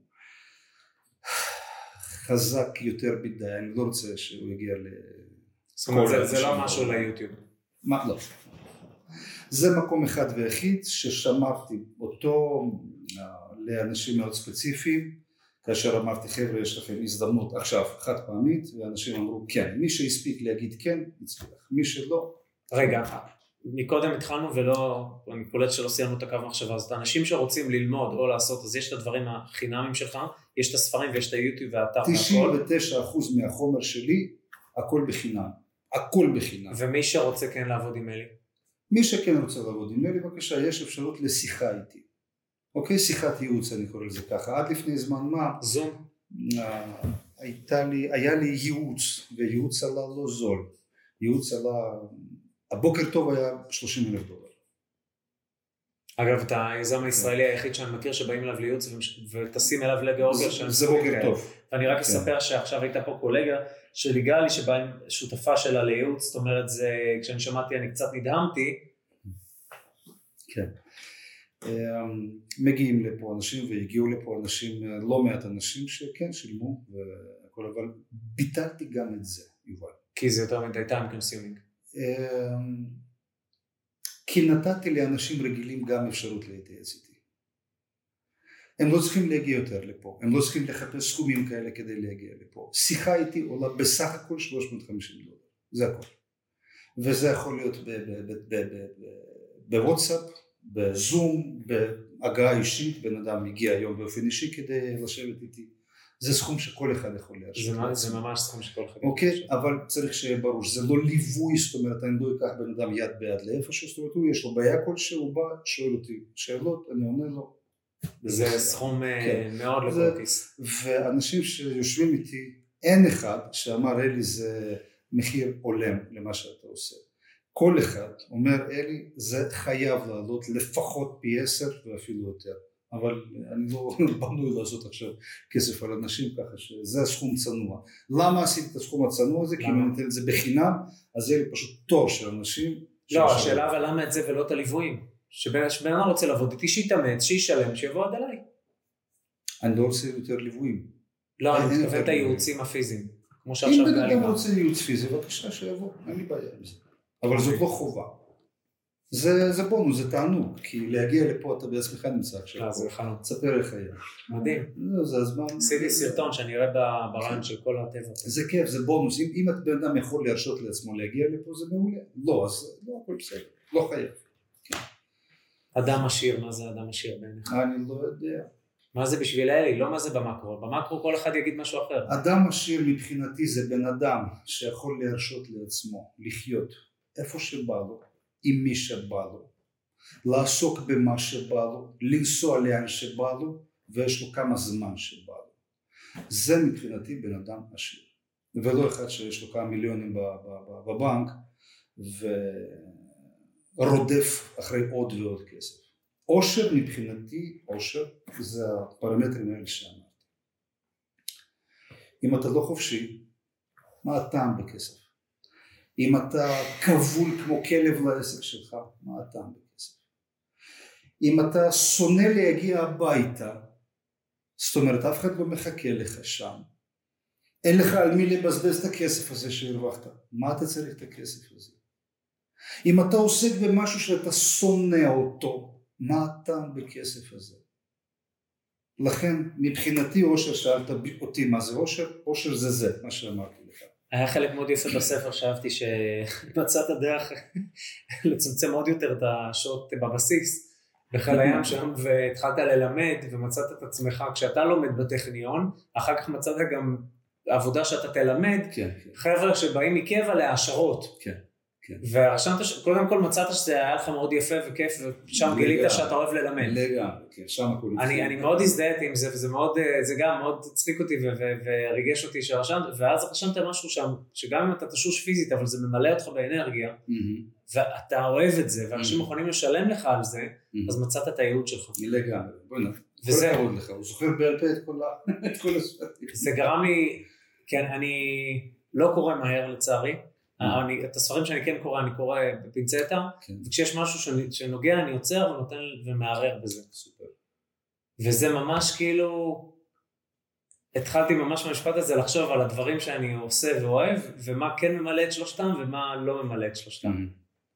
חזק יותר בידי, אני לא רוצה שהוא יגיע ל... זאת אומרת, זה לא משהו ליוטיוב. מה? לא. זה מקום אחד ויחיד ששמרתי אותו לאנשים מאוד ספציפיים, כאשר אמרתי חבר'ה יש לכם הזדמנות עכשיו חד פעמית, ואנשים אמרו כן, מי שהספיק להגיד כן, יצליח, מי שלא. רגע, מקודם התחלנו ולא, אני קולט שלא סיימנו את הקו מחשבה, אז את האנשים שרוצים ללמוד או לעשות, אז יש את הדברים החינמים שלך, יש את הספרים ויש את היוטיוב והאתר והכל. תשעים ותשעה אחוז מהחומר שלי, הכל בחינם, הכל בחינם. ומי שרוצה כן לעבוד עם אלי? מי שכן רוצה לעבוד עם אלי, בבקשה, יש אפשרות לשיחה איתי. אוקיי, שיחת ייעוץ, אני קורא לזה ככה. עד לפני זמן מה, זום. הייתה לי, היה לי ייעוץ, וייעוץ עלה לא זול. ייעוץ עלה, הבוקר טוב היה שלושים אלף דולר. אגב, אתה היזם הישראלי היחיד שאני מכיר שבאים אליו לייעוץ וטסים אליו לגיאורגיה. זה בוקר טוב. ואני רק אספר שעכשיו הייתה פה קולגה של יגאלי שבאה עם שותפה שלה לייעוץ, זאת אומרת, כשאני שמעתי אני קצת נדהמתי. כן. מגיעים לפה אנשים והגיעו לפה אנשים, לא מעט אנשים שכן שילמו והכל, אבל ביטלתי גם את זה, יובל. כי זה יותר מדי time consuming. כי נתתי לאנשים רגילים גם אפשרות להתייעץ איתי. הם לא צריכים להגיע יותר לפה, הם לא צריכים לחפש סכומים כאלה כדי להגיע לפה. שיחה איתי עולה בסך הכל שלוש מאות וחמישים דולר, זה הכל. וזה יכול להיות בוואטסאפ, בזום, בהגעה אישית, בן אדם מגיע היום באופן אישי כדי לשבת איתי. זה סכום שכל אחד יכול להרשות. זה ממש סכום שכל אחד יכול להרשות. אוקיי, אבל צריך שיהיה ברור, זה לא ליווי, זאת אומרת, אני לא אקח בן אדם יד ביד לאיפשהו, זאת אומרת, הוא יש לו בעיה כלשהו, הוא בא, שואל אותי שאלות, אני עונה לו. זה סכום מאוד לקורקיס. ואנשים שיושבים איתי, אין אחד שאמר, אלי, זה מחיר עולם למה שאתה עושה. כל אחד אומר, אלי, זה חייב לעלות לפחות פי עשר ואפילו יותר. אבל אני לא בנוי לעשות עכשיו כסף על אנשים ככה שזה הסכום צנוע. למה עשיתי את הסכום הצנוע הזה? כי אם אני אתן את זה בחינם, אז יהיה לי פשוט תור של אנשים. לא, השאלה אבל למה את זה ולא את הליוויים? שבן אדם רוצה לעבוד איתי, שיתאמץ, שישלם, שיבוא עד אליי. אני לא רוצה יותר ליוויים. לא, אני מתכוון את הייעוצים הפיזיים. אם בן אדם רוצה ייעוץ פיזי, בבקשה שיבוא, אין לי בעיה עם זה. אבל זאת לא חובה. זה, זה בונוס, זה תענוג, כי להגיע לפה אתה בעצמך נמצא עכשיו. לא, זה חלום. תספר איך היה. מדהים. לא, זה הזמן. עשיתי סרטון שאני אראה ברעיון של כל הטבע. זה כיף, זה בונוס. אם, אם את בן אדם יכול להרשות לעצמו להגיע לפה, זה מעולה. לא, אז לא, הכל בסדר. לא חייב. כן. אדם עשיר, מה זה אדם עשיר בעיניך? אני לא יודע. מה זה בשביל אלי? לא מה זה במקרו. במקרו כל אחד יגיד משהו אחר. אדם עשיר מבחינתי זה בן אדם שיכול להרשות לעצמו לחיות איפה שבא לו, עם מי שבא לו, לעסוק במה שבא לו, לנסוע לאן שבא לו, ויש לו כמה זמן שבא לו. זה מבחינתי בן אדם עשיר. ולא אחד שיש לו כמה מיליונים בבנק, ורודף אחרי עוד ועוד כסף. עושר מבחינתי, עושר, זה הפרמטרים האלה שאמרתי. אם אתה לא חופשי, מה הטעם בכסף? אם אתה כבול כמו כלב לעסק שלך, מה הטעם בכסף? אם אתה שונא להגיע הביתה, זאת אומרת, אף אחד לא מחכה לך שם, אין לך על מי לבזבז את הכסף הזה שהרווחת, מה אתה צריך את הכסף הזה? אם אתה עוסק במשהו שאתה שונא אותו, מה הטעם בכסף הזה? לכן, מבחינתי אושר, שאלת אותי מה זה אושר, אושר זה זה, מה שאמרתי לך. היה חלק מאוד יפה בספר, שאהבתי שמצאת דרך לצמצם עוד יותר את השעות בבסיס, בחיל הים שם, והתחלת ללמד, ומצאת את עצמך, כשאתה לומד בטכניון, אחר כך מצאת גם עבודה שאתה תלמד, כן, כן. חבר'ה שבאים מקבע להעשרות. כן. ורשמת, קודם כל מצאת שזה היה לך מאוד יפה וכיף, ושם גילית שאתה אוהב ללמד. לגמרי, כן, שם הכל. אני מאוד הזדהיתי עם זה, וזה מאוד, זה גם מאוד צחיק אותי וריגש אותי שרשמת, ואז רשמת משהו שם, שגם אם אתה תשוש פיזית, אבל זה ממלא אותך באנרגיה, ואתה אוהב את זה, ואנשים יכולים לשלם לך על זה, אז מצאת את הייעוד שלך. לגמרי, בוא נראה. וזה עוד לך, הוא זוכר בעל פה את כל השפטים. זה גרם לי, כן, אני לא קורא מהר לצערי, אני, את הספרים שאני כן קורא, אני קורא בפינצטה, כן. וכשיש משהו שאני, שנוגע, אני יוצר ונותן ומערער בזה. סופר. וזה ממש כאילו, התחלתי ממש במשפט הזה לחשוב על הדברים שאני עושה ואוהב, ומה כן ממלא את שלושתם, ומה לא ממלא את שלושתם. Mm-hmm.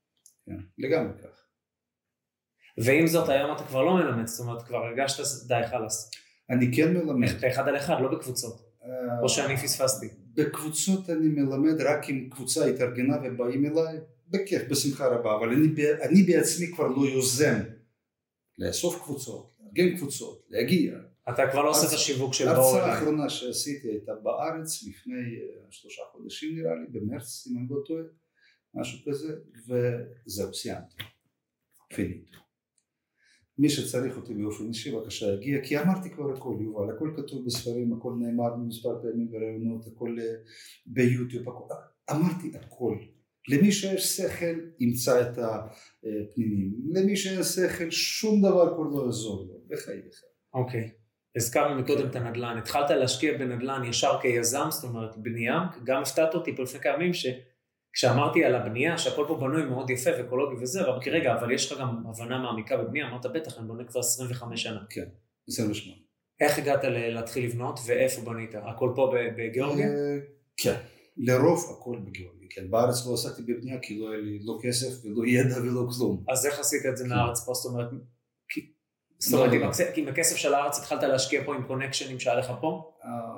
כן, לגמרי כך. ועם זאת, היום אתה כבר לא מלמד, זאת אומרת, כבר הרגשת די חלס. אני כן מלמד. באחד על אחד, לא בקבוצות. או שאני פספסתי. בקבוצות אני מלמד רק אם קבוצה התארגנה ובאים אליי, בכיף, בשמחה רבה, אבל אני, אני בעצמי כבר לא יוזם לאסוף קבוצות, לארגן קבוצות, להגיע. אתה כבר לא עושה את השיווק של בואו. ההרצאה האחרונה שעשיתי הייתה בארץ לפני שלושה חודשים נראה לי, במרץ, אם אני לא טועה, משהו כזה, וזהו, סיימתי. פיניטו. מי שצריך אותי באופן אישי, בבקשה יגיע, כי אמרתי כבר הכל, יובל, הכל כתוב בספרים, הכל נאמר מספר פעמים ברעיונות, הכל ביוטיוב, הכל, אמרתי הכל. למי שיש שכל, ימצא את הפנינים. למי שיש שכל, שום דבר כבר לא יעזור לו, בחיי בחיי. אוקיי. הזכרנו מקודם את הנדל"ן, התחלת להשקיע בנדל"ן ישר כיזם, זאת אומרת בנייה, גם הפתעת אותי פה לפני כמה ימים שכשאמרתי על הבנייה, שהכל פה בנוי מאוד יפה ואקולוגי וזה, אבל כרגע, אבל יש לך גם הבנה מעמיקה בבנייה, אמרת בטח, אני בונה כבר עשרים וחמש שנה. כן, עשרים ושמונה. איך הגעת להתחיל לבנות ואיפה בנית? הכל פה בגיאורגיה? כן, לרוב הכל בגיאורגיה, כן, בארץ לא עסקתי בבנייה כי לא היה לי לא כסף ולא ידע ולא כלום. אז איך עשית את זה מהארץ פה, זאת אומרת, זאת אומרת, אם הכסף של הארץ התחלת להשקיע פה עם קונקשנים שהיה לך פה?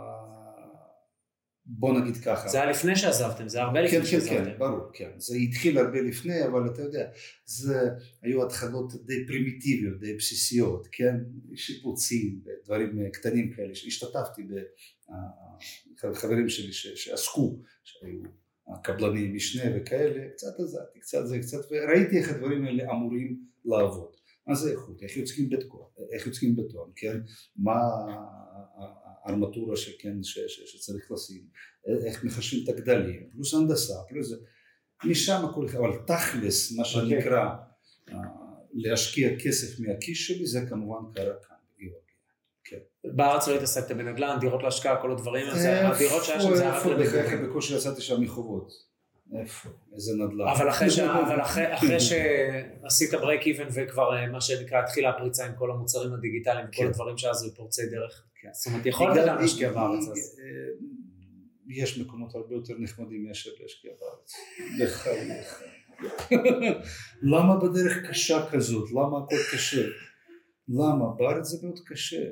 בוא נגיד ככה. זה היה לפני שעזבתם, זה היה הרבה לפני שעזבתם. כן, כן, ברור, כן. זה התחיל הרבה לפני, אבל אתה יודע, זה היו התחלות די פרימיטיביות, די בסיסיות, כן? שיפוצים, דברים קטנים כאלה, שהשתתפתי בחברים שלי שעסקו, שהיו קבלני משנה וכאלה, קצת עזרתי, קצת זה, קצת, וראיתי איך הדברים האלה אמורים לעבוד. מה זה איכות? איך יוצאים בטון? איך יוצאים בטון, כן? מה הארמטורה שכן, ש, ש, שצריך לשים? איך מחשבים את הגדלים? פלוס הנדסה, פלוס זה. משם הכל, אבל תכלס, מה שנקרא, okay. להשקיע כסף מהכיס שלי, זה כמובן קרה כאן, בגיאורגיה. כן. בארץ לא התעסקת בנדל"ן, דירות להשקעה, כל הדברים, הדירות שהיה שם זה היה רק לבגורים. בקושי יצאתי שם מחובות. איפה? איזה נדל"ן. אבל אחרי, ש... אבל אחרי, אחרי שעשית ברייק איבן וכבר מה שנקרא התחילה הפריצה עם כל המוצרים הדיגיטליים וכל הדברים שאז היו פורצי דרך. זאת אומרת, יכולת גם להשקיע בארץ אז. יש מקומות הרבה יותר נחמדים מאשר להשקיע בארץ. בחייך. למה בדרך קשה כזאת? למה הכל קשה? למה? בארץ זה מאוד קשה.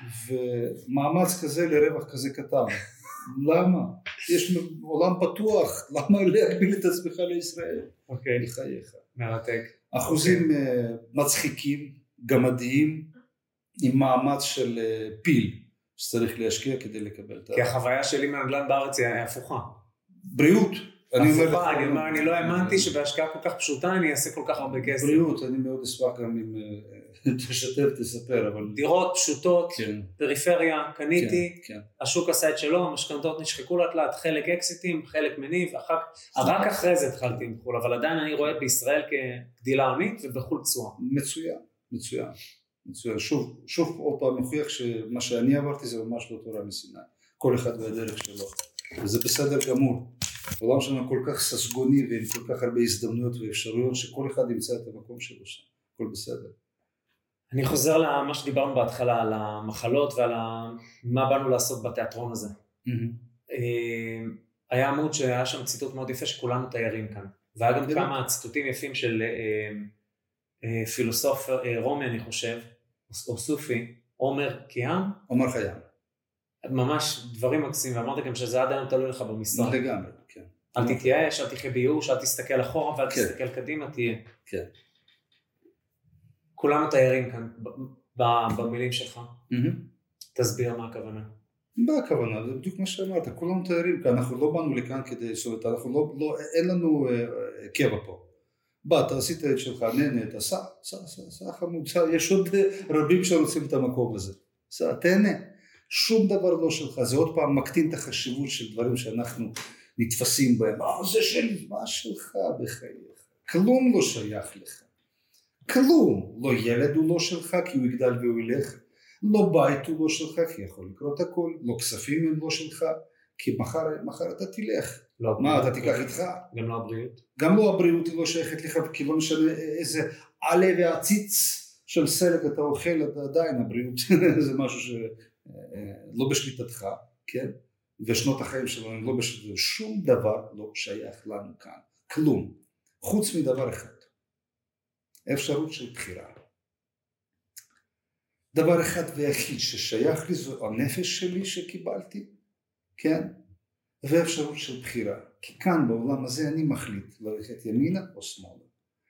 ומאמץ כזה לרווח כזה קטן. למה? יש עולם פתוח, למה להגביל את עצמך לישראל? אוקיי. בחייך. מרתק. אחוזים מצחיקים, גמדיים, עם מאמץ של פיל, שצריך להשקיע כדי לקבל את ה... כי החוויה שלי מהנדל"ן בארץ היא הפוכה. בריאות. הפוכה, אני לא האמנתי שבהשקעה כל כך פשוטה אני אעשה כל כך הרבה כסף. בריאות, אני מאוד אשמח גם אם תשתף, תספר, אבל... דירות פשוטות, פריפריה, קניתי, השוק עשה את שלו, המשכנתות נשחקו לאט לאט, חלק אקסיטים, חלק מניב, רק אחרי זה התחלתי עם חול, אבל עדיין אני רואה בישראל כגדילה עונית ובחול תשואה. מצוין, מצוין, מצוין. שוב, שוב עוד פעם מוכיח שמה שאני עברתי זה ממש לא תורה מסיני, כל אחד והדרך שלו, וזה בסדר גמור. עולם שלנו כל כך ססגוני ועם כל כך הרבה הזדמנויות ואפשרויות שכל אחד ימצא את המקום שלו שם, הכל בסדר. אני חוזר למה שדיברנו בהתחלה, על המחלות ועל מה באנו לעשות בתיאטרון הזה. היה עמוד שהיה שם ציטוט מאוד יפה שכולנו תיירים כאן, והיה גם כמה ציטוטים יפים של פילוסוף רומי אני חושב, או סופי, עומר קיאם. עומר חיאם. ממש דברים מקסים, ואמרת גם שזה עד היום תלוי לך במשרד. לגמרי, כן. אל תתייאש, אל תחיה בייאוש, אל תסתכל אחורה, ואל תסתכל קדימה, תהיה. כן. כולנו תיירים כאן, במילים שלך. תסביר מה הכוונה. מה הכוונה? זה בדיוק מה שאמרת, כולנו תיירים כאן, אנחנו לא באנו לכאן כדי, זאת אומרת, אנחנו לא, אין לנו קבע פה. באת, עשית את שלך, נהנית, סע, סע, סע, סע, חמוד, סע, יש עוד רבים שרוצים את המקום הזה. סע, תהנה. שום דבר לא שלך, זה עוד פעם מקטין את החשיבות של דברים שאנחנו נתפסים בהם. אה, זה שלי, מה שלך בחייך? כלום לא שייך לך. כלום. לא ילד הוא לא שלך כי הוא יגדל והוא ילך. לא בית הוא לא שלך כי יכול לקרות הכל. לא כספים הם לא שלך כי מחר, מחר אתה תלך. לא מה, אתה תיקח איתך? גם לא הבריאות. גם לא הבריאות היא לא שייכת לך, כי לא משנה איזה עלה והציץ של סלק אתה אוכל, עדיין הבריאות זה משהו ש... לא בשליטתך, כן? ושנות החיים שלנו לא בשליטתך, שום דבר לא שייך לנו כאן, כלום, חוץ מדבר אחד, אפשרות של בחירה. דבר אחד ויחיד ששייך לי זו הנפש שלי שקיבלתי, כן? ואפשרות של בחירה. כי כאן בעולם הזה אני מחליט ללכת ימינה או שמאלה.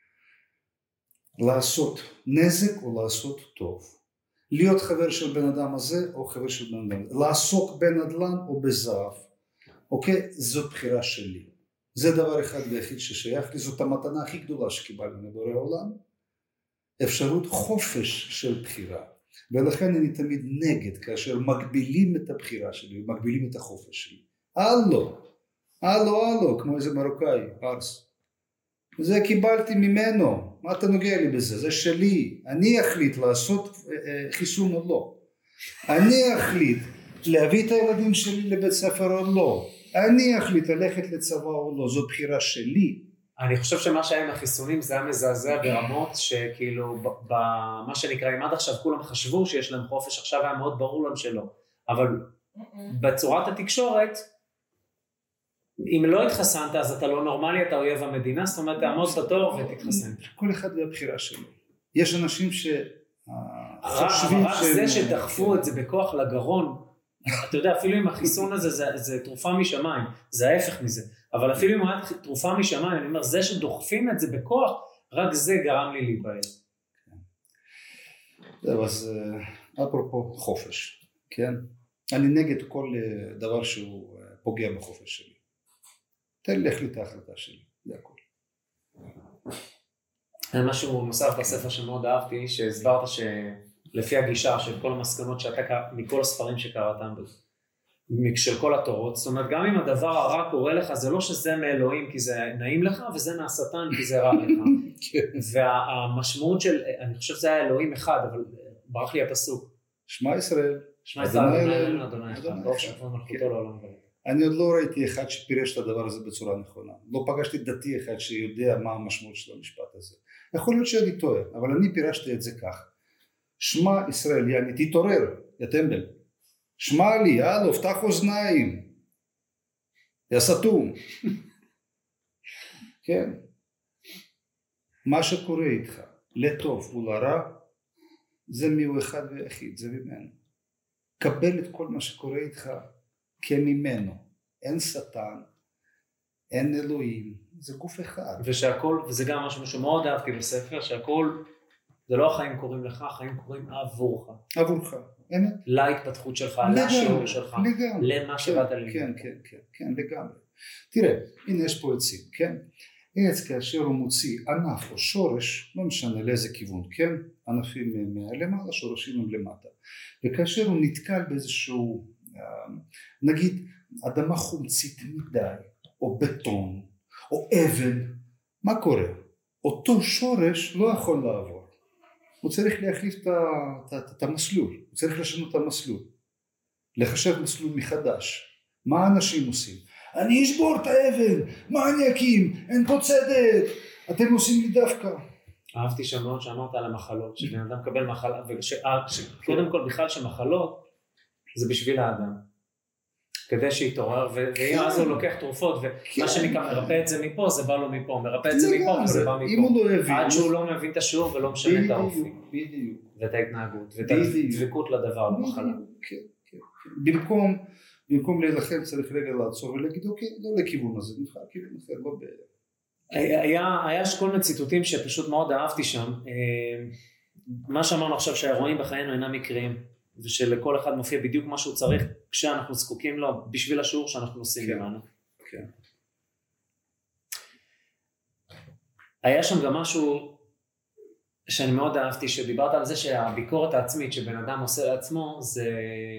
לעשות נזק או לעשות טוב. להיות חבר של בן אדם הזה או חבר של בן אדם. לעסוק בנדל"ן או בזהב. אוקיי? זאת בחירה שלי. זה דבר אחד ויחיד ששייך לי. זאת המתנה הכי גדולה שקיבלנו מבורא העולם. אפשרות חופש של בחירה. ולכן אני תמיד נגד כאשר מגבילים את הבחירה שלי ומגבילים את החופש שלי. הלו, הלו, הלו, כמו איזה מרוקאי, ארס. זה קיבלתי ממנו, מה אתה נוגע לי בזה? זה שלי, אני אחליט לעשות אה, חיסון או לא. אני אחליט להביא את הילדים שלי לבית ספר או לא. אני אחליט ללכת לצבא או לא, זו בחירה שלי. אני חושב שמה שהיה עם החיסונים זה היה מזעזע ברמות שכאילו, במה שנקרא, אם עד עכשיו כולם חשבו שיש להם חופש, עכשיו היה מאוד ברור להם שלא. אבל בצורת התקשורת, אם לא התחסנת, אז אתה לא נורמלי, אתה אויב המדינה, זאת אומרת, תעמוד בתור ותתחסן. כל אחד והבחירה שלו. יש אנשים שחושבים רק זה שדחפו את זה בכוח לגרון, אתה יודע, אפילו אם החיסון הזה זה, זה תרופה משמיים, זה ההפך מזה, אבל אפילו אם היה תרופה משמיים, אני אומר, זה שדוחפים את זה בכוח, רק זה גרם לי להיבהל. זהו, אז אפרופו חופש, כן? אני נגד כל דבר שהוא פוגע בחופש שלי. תן לי להחליט את ההחלטה שלי, זה הכל. משהו נוסף בספר שמאוד אהבתי, שהסברת שלפי הגישה של כל המסקנות שאתה, מכל הספרים שקראתם, של כל התורות, זאת אומרת, גם אם הדבר הרע קורה לך, זה לא שזה מאלוהים כי זה נעים לך, וזה מהשטן כי זה רע לך. והמשמעות של, אני חושב שזה היה אלוהים אחד, אבל ברח לי הפסוק. שמע ישראל. שמע ישראל, אדוני, אדוני אחד, ברוך שכבוד מלכותו לעולם ועד. אני עוד לא ראיתי אחד שפירש את הדבר הזה בצורה נכונה. לא פגשתי דתי אחד שיודע מה המשמעות של המשפט הזה. יכול להיות שאני טועה, אבל אני פירשתי את זה כך. שמע ישראל, יעני, תתעורר, יא טמבל. שמע לי, הלו, פתח אוזניים. יא סתום. כן. מה שקורה איתך, לטוב ולרע, זה מיהו אחד ויחיד, זה ממנו. קבל את כל מה שקורה איתך כממנו. אין שטן, אין אלוהים, זה גוף אחד. ושהכל, וזה גם משהו שמאוד אהבתי בספר, שהכל, זה לא החיים קוראים לך, החיים קוראים עבורך. עבורך, אמת. להתפתחות שלך, לשיעור שלך, למה שבאת ללמוד. כן, כן, כן, כן, לגמרי. תראה, הנה יש פה עצים, כן? עץ כאשר הוא מוציא ענף או שורש, לא משנה לאיזה כיוון, כן? ענפים למעלה, שורשים הם למטה. וכאשר הוא נתקל באיזשהו, נגיד, אדמה חומצית מדי, או בטון, או אבן, מה קורה? אותו שורש לא יכול לעבור. הוא צריך להחליף את, את, את המסלול, הוא צריך לשנות את המסלול, לחשב מסלול מחדש. מה אנשים עושים? אני אשבור את האבן, מה אני אקים? אין פה צדק, אתם עושים לי דווקא. אהבתי שמות שאמרת על המחלות, שבן אדם מקבל מחלה, וקודם כל בכלל שמחלות, זה בשביל האדם. כדי שיתעורר, ואז הוא לוקח תרופות, ומה שנקרא מרפא את זה מפה, זה בא לו מפה, מרפא את זה מפה, וזה בא מפה. עד שהוא לא מבין את השיעור ולא משנה את האופי. ואת ההתנהגות, ואת הדבקות לדבר, למחלה. במקום, במקום להילחם צריך רגע לעצור ולהגיד, אוקיי, לא לכיוון הזה, נבחר כיוון אחר, לא ב... היה כל מיני ציטוטים שפשוט מאוד אהבתי שם. מה שאמרנו עכשיו שהאירועים בחיינו אינם מקריים, ושלכל אחד מופיע בדיוק מה שהוא צריך כשאנחנו זקוקים לו בשביל השיעור שאנחנו עושים למענו. כן. היה שם גם משהו שאני מאוד אהבתי, שדיברת על זה שהביקורת העצמית שבן אדם עושה לעצמו, זה...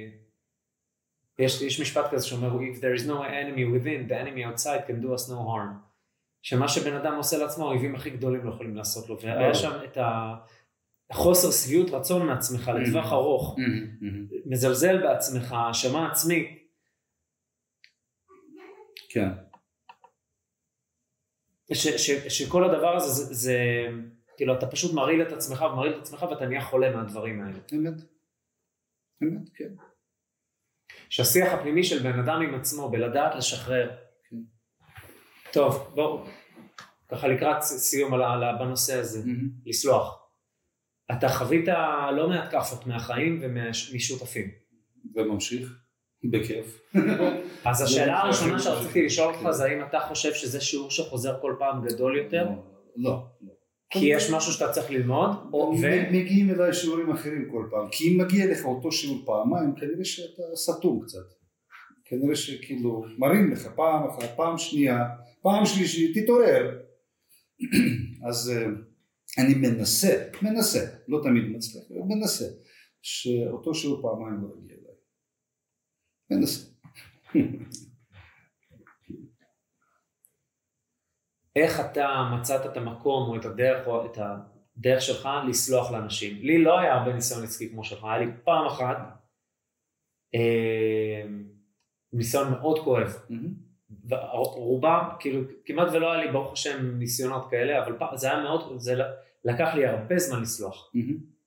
יש, יש משפט כזה שאומר, if there is no enemy within, the enemy outside can do us no harm. שמה שבן אדם עושה לעצמו, האויבים הכי גדולים לא יכולים לעשות לו. והיה שם את ה... חוסר שביעות רצון מעצמך לטווח ארוך, מזלזל בעצמך, האשמה עצמית. כן. שכל הדבר הזה, זה, כאילו, אתה פשוט מרעיל את עצמך ומרעיל את עצמך, ואתה נהיה חולה מהדברים האלה. אמת. אמת, כן. שהשיח הפנימי של בן אדם עם עצמו, בלדעת לשחרר. טוב, בואו. ככה לקראת סיום על, על, בנושא הזה, לסלוח. אתה חווית לא מעט כאפות מהחיים ומשותפים. וממשיך, בכיף. אז השאלה הראשונה שרציתי לשאול אותך זה האם אתה חושב שזה שיעור שחוזר כל פעם גדול יותר? לא, לא. כי יש משהו שאתה צריך ללמוד? מגיעים אליי שיעורים אחרים כל פעם, כי אם מגיע לך אותו שיעור פעמיים, כנראה שאתה סתום קצת. כנראה שכאילו מראים לך פעם אחת, פעם שנייה, פעם שלישית, תתעורר. אז אני מנסה, מנסה, לא תמיד מצליח, מנסה, שאותו שיעור פעמיים לא יגיע אליי. מנסה. איך אתה מצאת את המקום או את הדרך או את הדרך שלך לסלוח לאנשים? לי לא היה הרבה ניסיון עסקי כמו שלך, היה לי פעם אחת אה, ניסיון מאוד כואב. Mm-hmm. רובם, כאילו, כמעט ולא היה לי ברוך השם ניסיונות כאלה, אבל פעם, זה היה מאוד, זה לקח לי הרבה זמן לסלוח. Mm-hmm.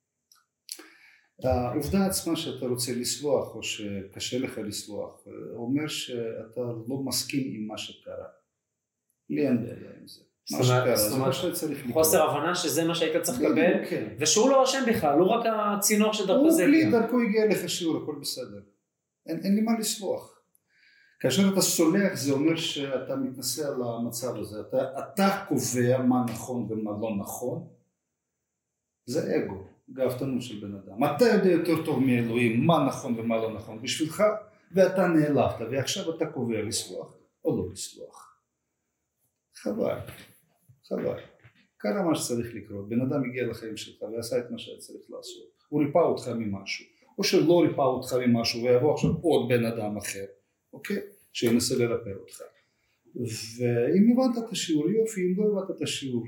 העובדה עצמה שאתה רוצה לסלוח או שקשה לך לסלוח, אומר שאתה לא מסכים עם מה שקרה. לי אין בעיה עם זה. זאת אומרת, חוסר הבנה שזה מה שהיית צריך לקבל, ושהוא לא אשם בכלל, הוא רק הצינור שדרכו זה הגיע. הוא בלי דרכו הגיע לך שיעור, הכל בסדר. אין לי מה לסלוח. כאשר אתה סולח זה אומר שאתה מתנסה על המצב הזה, אתה קובע מה נכון ומה לא נכון, זה אגו, גאוותנות של בן אדם. אתה יודע יותר טוב מאלוהים מה נכון ומה לא נכון בשבילך, ואתה נעלבת, ועכשיו אתה קובע לסלוח או לא לסלוח. חבל, חבל. קרה מה שצריך לקרות, בן אדם הגיע לחיים שלך ועשה את מה שהיה צריך לעשות. הוא ריפא אותך ממשהו, או שלא ריפא אותך ממשהו, ויבוא עכשיו עוד בן אדם אחר, אוקיי? שינסה לרפא אותך. ואם הבנת את השיעור, יופי, אם לא הבנת את השיעור,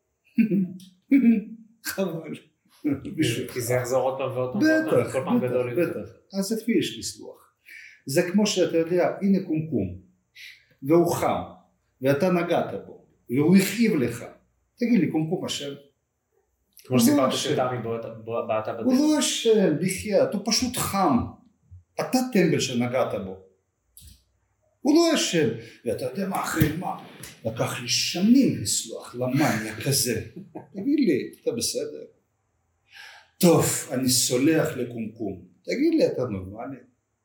חבל. כי זה יחזור עוד פעם ועוד פעם, בטח, כל פעם גדול יותר. בטח, אז את מי יש לסלוח? זה כמו שאתה יודע, הנה קומקום, והוא חם, ואתה נגעת בו, והוא הכאיב לך. תגיד לי, קומקום אשם? כמו שסיפרת שתמי בעטה בדרך. הוא לא אשם, בחייאת, הוא פשוט חם. אתה טמבל שנגעת בו. הוא לא אשם. ואתה יודע מה אחרי מה? לקח לי שנים לסלוח למאניה כזה. תגיד לי, אתה בסדר? טוב, אני סולח לקומקום. תגיד לי, אתה נורמלי?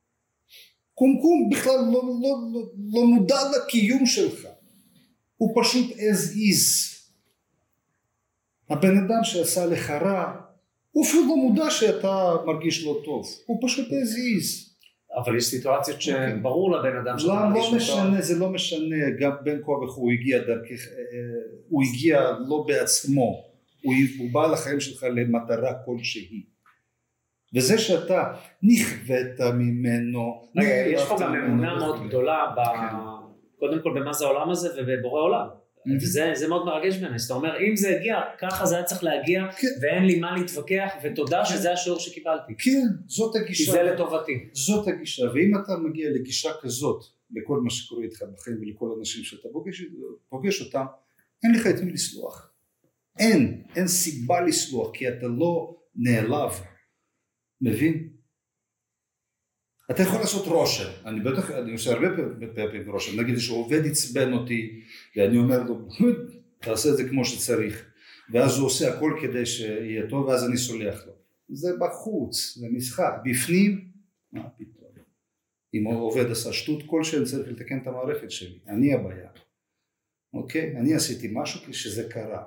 קומקום בכלל לא, לא, לא, לא מודע לקיום שלך. הוא פשוט as is. הבן אדם שעשה לך רע, הוא אפילו לא מודע שאתה מרגיש לא טוב. הוא פשוט as is. אבל יש סיטואציות שברור לבן אדם שאתה לא, מרגיש לא משנה, זה לא משנה. גם בין כה וכה הוא הגיע דרכך, הוא הגיע לא בעצמו. הוא, הוא בא לחיים שלך למטרה כלשהי. וזה שאתה נכווית ממנו. רגע, יש פה גם אמונה מאוד גדולה, קודם כל במה זה העולם הזה ובבורא עולם. וזה מאוד מרגש ממנו. אז אתה אומר, אם זה הגיע, ככה זה היה צריך להגיע, ואין לי מה להתווכח, ותודה שזה השיעור שקיבלתי. כן, זאת הגישה. כי זה לטובתי. זאת הגישה, ואם אתה מגיע לגישה כזאת, לכל מה שקורה איתך בחיים ולכל אנשים שאתה פוגש, פוגש אותם, אין לך את מי לסלוח. אין, אין סיבה לסלוח, כי אתה לא נעלב. מבין? אתה יכול לעשות רושם, אני בטח, אני עושה הרבה פעמים רושם, נגיד שעובד יצבן אותי, ואני אומר לו, תעשה את זה כמו שצריך, ואז הוא עושה הכל כדי שיהיה טוב, ואז אני סולח לו. זה בחוץ, זה משחק, בפנים, מה פתאום? אם העובד עשה שטות כלשהו, אני צריך לתקן את המערכת שלי, אני הבעיה, אוקיי? אני עשיתי משהו כשזה קרה.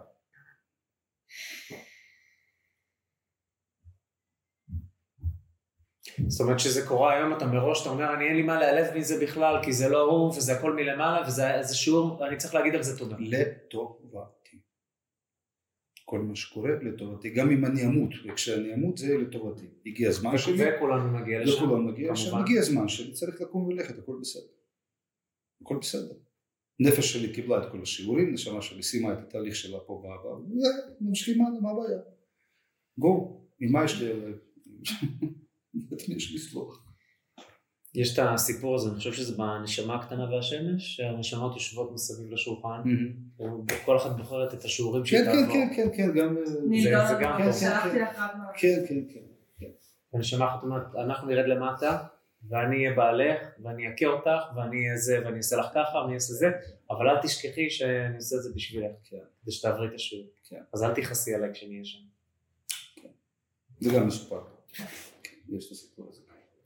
זאת אומרת שזה קורה היום, אתה מראש, אתה אומר, אני אין לי מה להיעלב מזה בכלל, כי זה לא הוא, וזה הכל מלמעלה, וזה שיעור, אני צריך להגיד על זה תודה. לטובתי. כל מה שקורה לטובתי, גם אם אני אמות, וכשאני אמות זה לטובתי. הגיע הזמן שלי. וכולנו נגיע לשם. וכולנו נגיע לשם, הגיע הזמן שלי, צריך לקום ולכת, הכל בסדר. הכל בסדר. נפש שלי קיבלה את כל השיעורים, נשמה שלי סיימה את התהליך שלה פה בעבר, וממשיכים הלאה, מה הבעיה? גו, ממה יש לי אליי? יש לסלוח. יש את הסיפור הזה, אני חושב שזה בנשמה הקטנה והשמש, שהנשמות יושבות מסביב לשולחן, וכל אחת בוחרת את השיעורים שהיא תעבור. כן, כן, כן, גם... זה גם טוב. שלחתי לך רק מה. כן, כן, כן. הנשמה אחת אומרת, אנחנו נרד למטה, ואני אהיה בעלך, ואני אכה אותך, ואני אהיה זה, ואני אעשה לך ככה, ואני אעשה זה, אבל אל תשכחי שאני עושה את זה בשבילך, כדי שתעברי את השיעור. אז אל תכעסי עליי כשאני אהיה שם. זה גם מסופר. יש את הסיפור הזה.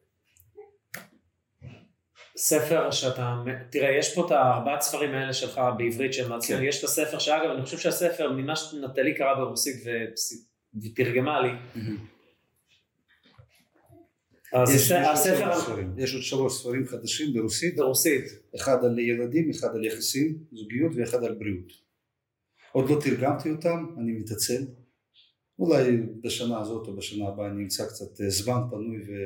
ספר שאתה, תראה, יש פה את הארבעת ספרים האלה שלך בעברית של מעצמם, יש את הספר שאגב, אני חושב שהספר, ממה שנטלי קרא ברוסית ותרגמה לי, יש עוד שלוש ספרים חדשים ברוסית, ברוסית, אחד על ילדים, אחד על יחסים, זוגיות ואחד על בריאות. עוד לא תרגמתי אותם, אני מתעצל, אולי בשנה הזאת או בשנה הבאה אני אמצא קצת זמן פנוי ו...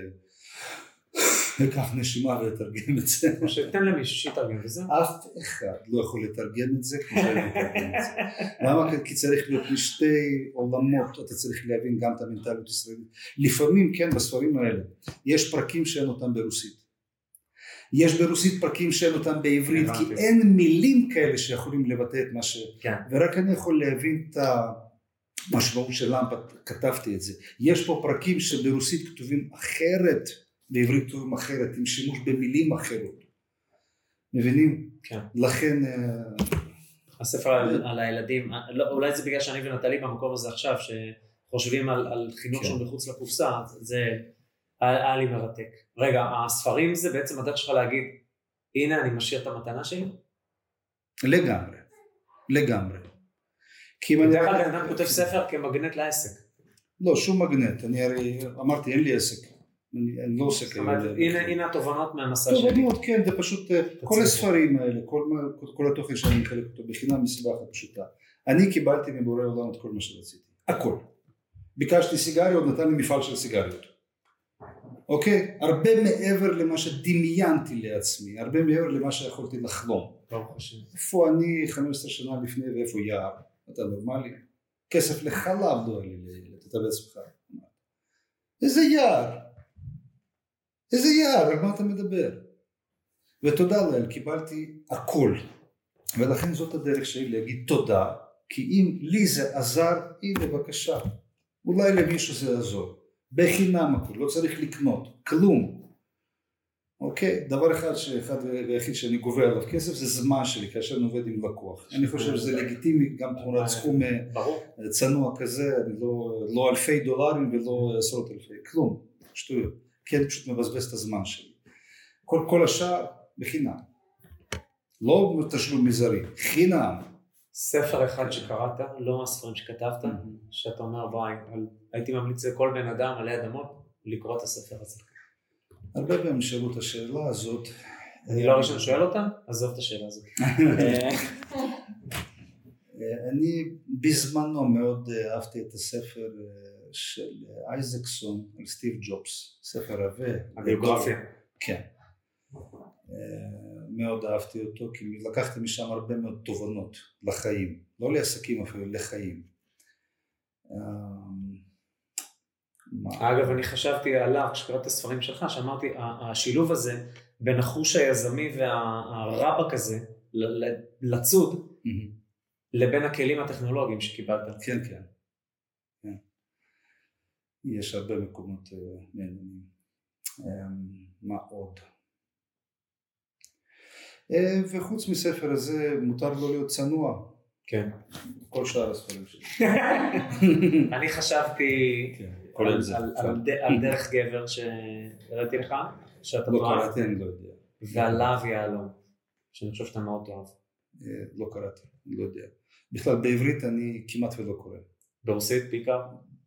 לקח נשימה ולתרגם את זה. או שתן למישהו שיתרגם את זה. אף אחד לא יכול לתרגם את זה כמו שאני מתרגם את זה. למה? כי צריך להיות משתי עולמות, אתה צריך להבין גם את המנטליות הישראלית. לפעמים, כן, בספרים האלה, יש פרקים שאין אותם ברוסית. יש ברוסית פרקים שאין אותם בעברית, כי אין מילים כאלה שיכולים לבטא את מה ש... ורק אני יכול להבין את המשמעות של למה כתבתי את זה. יש פה פרקים שברוסית כתובים אחרת, בעברית כתובים אחרת, עם שימוש במילים אחרות. מבינים? כן. לכן... הספר על הילדים, אולי זה בגלל שאני ונטלי במקום הזה עכשיו, שחושבים על חינוך שם בחוץ לקופסה, זה היה לי מרתק. רגע, הספרים זה בעצם הדרך שלך להגיד, הנה אני משאיר את המתנה שלי? לגמרי, לגמרי. בדרך כלל בן אדם כותב ספר כמגנט לעסק. לא, שום מגנט, אני הרי אמרתי, אין לי עסק. אני לא עושה כאלה. הנה התובנות מהמסע שלי. תובנות, כן, זה פשוט, כל הספרים האלה, כל התוכן שאני מחלק אותו בחינם מסיבה אחת פשוטה. אני קיבלתי מבורא עולם את כל מה שרציתי, הכל. ביקשתי סיגריות, נתן לי מפעל של סיגריות. אוקיי? הרבה מעבר למה שדמיינתי לעצמי, הרבה מעבר למה שיכולתי לחלום. איפה אני חמש עשרה שנה לפני ואיפה יער? אתה נורמלי? כסף לחלב לא היה לי, אתה בעצמך. איזה יער? איזה יער, על מה אתה מדבר? ותודה לאל, קיבלתי הכל. ולכן זאת הדרך שלי להגיד תודה, כי אם לי זה עזר, הנה בבקשה. אולי למישהו זה עזור. בחינם הכל, לא צריך לקנות, כלום. אוקיי? דבר אחד שאחד והיחיד שאני גובה עליו כסף, זה זמן שלי, כאשר אני עובד עם לקוח. אני חושב שזה לגיטימי, גם תמורת סכום צנוע כזה, לא, לא אלפי דולרים ולא עשרות אלפי, כלום, שטויות. כי אני פשוט מבזבז את הזמן שלי. כל, כל השאר בחינם. לא תשלום מזערי, חינם. ספר אחד שקראת, לא הספרים שכתבת, שאתה אומר, וואי, הייתי ממליץ לכל בן אדם עלי אדמות לקרוא את הספר הזה. הרבה פעמים שאלו את השאלה הזאת. אני לא ראשון שואל אותה, עזוב את השאלה הזאת. אני בזמנו מאוד אהבתי את הספר של אייזקסון על סטיב ג'ובס, ספר עבה. הביוגרפיה. כן. מאוד אהבתי אותו, כי לקחתי משם הרבה מאוד תובנות לחיים, לא לעסקים אפילו, לחיים. אגב, אני חשבתי עליו, כשקראת את הספרים שלך, שאמרתי, השילוב הזה בין החוש היזמי והרבק הזה, לצוד, לבין הכלים הטכנולוגיים שקיבלת. כן, כן. יש הרבה מקומות מעניינים. מה עוד? וחוץ מספר הזה מותר לו להיות צנוע. כן. כל שאר הספרים שלי. אני חשבתי על דרך גבר שהראיתי לך, שאתה לא קראתי, אני לא יודע. ועל להב יהלום, שאני חושב שאתה מאוד אוהב. לא קראתי, אני לא יודע. בכלל בעברית אני כמעט ולא קורא. ברוסית בעיקר?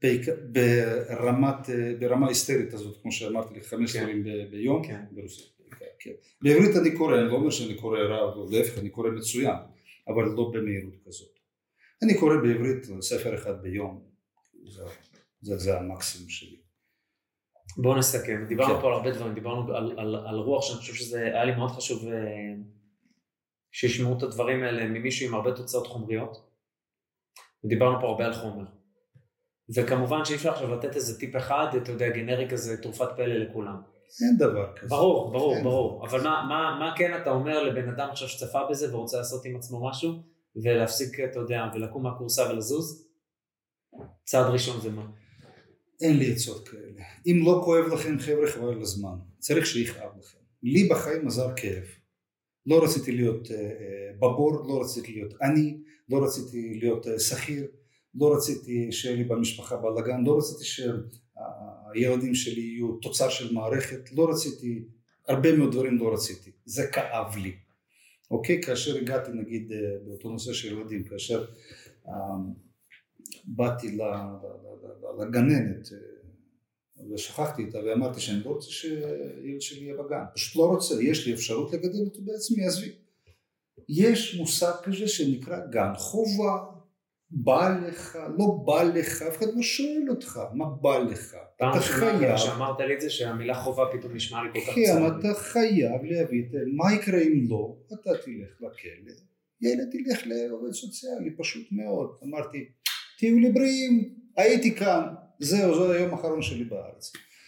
ברמה היסטרית הזאת, כמו שאמרתי לך, חמש ספרים ביום, ברוסית. בעברית אני קורא, אני לא אומר שאני קורא רע או להפך, אני קורא מצוין, אבל לא במהירות כזאת. אני קורא בעברית ספר אחד ביום, זה, זה המקסימום שלי. בואו נסכם, דיברנו פה על הרבה דברים, דיברנו על, על, על רוח, שאני חושב שזה היה לי מאוד חשוב שישמעו את הדברים האלה ממישהו עם הרבה תוצאות חומריות, ודיברנו פה הרבה על חומר. וכמובן שאי אפשר עכשיו לתת איזה טיפ אחד, אתה יודע, גנרי כזה, תרופת פלא לכולם. אין דבר כזה. ברור, ברור, אין. ברור. אבל מה, מה, מה כן אתה אומר לבן אדם עכשיו שצפה בזה ורוצה לעשות עם עצמו משהו, ולהפסיק, אתה יודע, ולקום מהקורסה ולזוז? צעד ראשון זה מה? אין לי עצות כאלה. אם לא כואב לכם חבר'ה חבל לזמן, צריך שיכאב לכם. לי בחיים עזר כאב. לא רציתי להיות uh, בבור, לא רציתי להיות עני, לא רציתי להיות uh, שכיר, לא רציתי שיהיה לי במשפחה בלגן, לא רציתי שהילדים שלי יהיו תוצר של מערכת, לא רציתי, הרבה מאוד דברים לא רציתי. זה כאב לי. אוקיי? כאשר הגעתי נגיד uh, באותו נושא של ילדים, כאשר uh, באתי לגננת, ושכחתי איתה ואמרתי שאני לא רוצה שילד שלי יהיה בגן, פשוט לא רוצה, יש לי אפשרות לגדל אותו בעצמי, עזבי. יש מושג כזה שנקרא גן חובה, בא לך, לא בא לך, אף אחד לא שואל אותך, מה בא לך? פעם שמעת שאמרת לי את זה שהמילה חובה פתאום נשמע לי כל כך צער. כן, אתה חייב להביא, מה יקרה אם לא? אתה תלך לכלא, ילד תלך לעובד סוציאלי, פשוט מאוד. אמרתי, תהיו לי בריאים, הייתי כאן, זהו, זה היום האחרון שלי בארץ.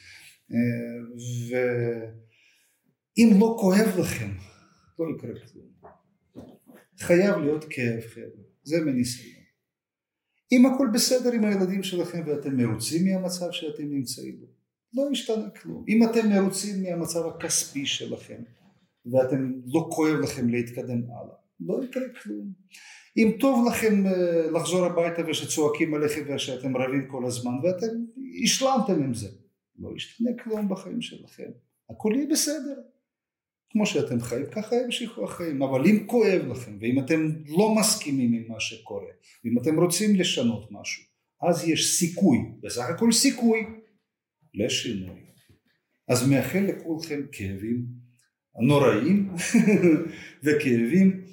ואם לא כואב לכם, לא יקרה כלום. חייב להיות כאב, חבר'ה, זה מניסיון. אם הכל בסדר עם הילדים שלכם ואתם מרוצים מהמצב שאתם נמצאים בו, לא ישתנה כלום. אם אתם מרוצים מהמצב הכספי שלכם, ואתם לא כואב לכם להתקדם הלאה, לא יקרה כלום. אם טוב לכם לחזור הביתה ושצועקים עליכם ושאתם רבים כל הזמן ואתם השלמתם עם זה, לא ישתנה כלום בחיים שלכם, הכל יהיה בסדר. כמו שאתם חיים, ככה ימשיכו החיים. אבל אם כואב לכם ואם אתם לא מסכימים עם מה שקורה, ואם אתם רוצים לשנות משהו, אז יש סיכוי, בסך הכל סיכוי, לשינוי. אז מאחל לכולכם כאבים נוראים וכאבים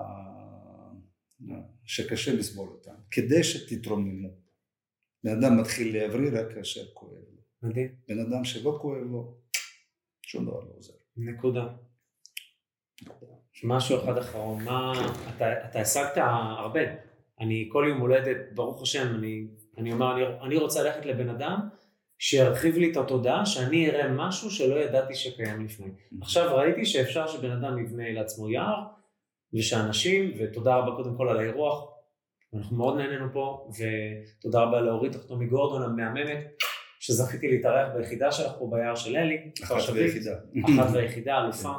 שקשה לסבול אותם, כדי שתתרוממו. בן אדם מתחיל להבריא רק כאשר כואב לו. מדהים. בן אדם שלא כואב לו, שום דבר לא עוזר. נקודה. משהו אחד אחרון, מה, אתה, אתה השגת הרבה. אני כל יום הולדת, ברוך השם, אני, אני אומר, אני, אני רוצה ללכת לבן אדם שירחיב לי את התודעה, שאני אראה משהו שלא ידעתי שקיים לפני. עכשיו ראיתי שאפשר שבן אדם יבנה לעצמו יער, ושאנשים, ותודה רבה קודם כל על האירוח, אנחנו מאוד נהנינו פה, ותודה רבה להורית תחתומי גורדון המהממת, שזכיתי להתארח ביחידה שלך פה ביער של אלי. אחת ויחידה. אחת ויחידה, אלופה.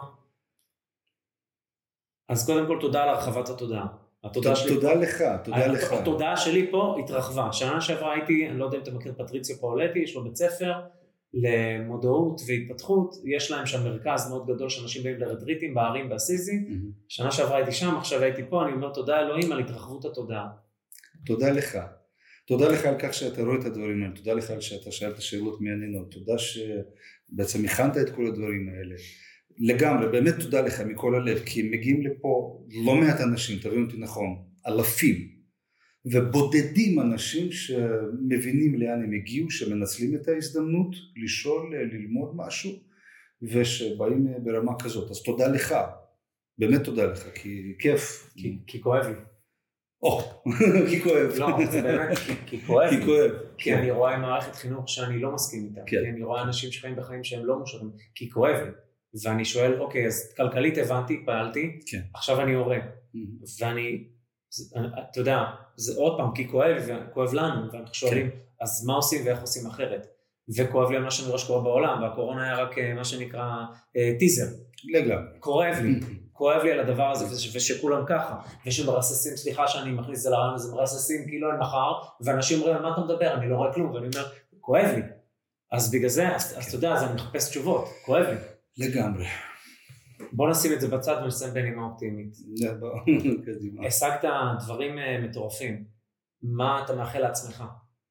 אז קודם כל תודה על הרחבת התודעה. התודעה שלי תודה לך, תודה לך. התודעה שלי פה התרחבה. שנה שעברה הייתי, אני לא יודע אם אתה מכיר פטריציו פאולטי, יש לו בית ספר למודעות והתפתחות, יש להם שם מרכז מאוד גדול שאנשים באים לרטריטים בערים באסיזי. שנה שעברה הייתי שם, עכשיו הייתי פה, אני אומר תודה אלוהים על התרחבות התודעה. תודה לך. תודה לך על כך שאתה רואה את הדברים האלה, תודה לך על שאתה שאלת שאלות מעניינות, תודה שבעצם הכנת את כל הדברים האלה. לגמרי, באמת תודה לך מכל הלב, כי מגיעים לפה לא מעט אנשים, תבינו אותי נכון, אלפים, ובודדים אנשים שמבינים לאן הם הגיעו, שמנצלים את ההזדמנות, לשאול, ללמוד משהו, ושבאים ברמה כזאת. אז תודה לך, באמת תודה לך, כי כיף. כי, כי כואב לי. או, כי כואב. לא, זה באמת, כי, כי כואב. כי כואב. כי אני רואה מערכת חינוך שאני לא מסכים איתה. כן. כי אני רואה אנשים שחיים בחיים שהם לא מושרים, כי כואב לי. ואני שואל, אוקיי, אז כלכלית הבנתי, פעלתי, כן. עכשיו אני הורה. ואני, אתה יודע, זה עוד פעם, כי כואב, וכואב לנו, ואנחנו שואלים, אז מה עושים ואיך עושים אחרת? וכואב לי על מה שאני רואה שקורה בעולם, והקורונה היה רק מה שנקרא טיזר. לגמרי. כואב לי. כואב לי על הדבר הזה, ושכולם ככה, ושמרססים, סליחה שאני מכניס את זה לרעיון הזה, מרססים כאילו אין מחר, ואנשים אומרים, מה אתה מדבר? אני לא רואה כלום, ואני אומר, כואב לי. אז בגלל זה, אז אתה יודע, אז אני מחפש תשובות, כואב לי. לגמרי. בוא נשים את זה בצד ונסיים בנימה אופטימית. קדימה. השגת דברים מטורפים, מה אתה מאחל לעצמך?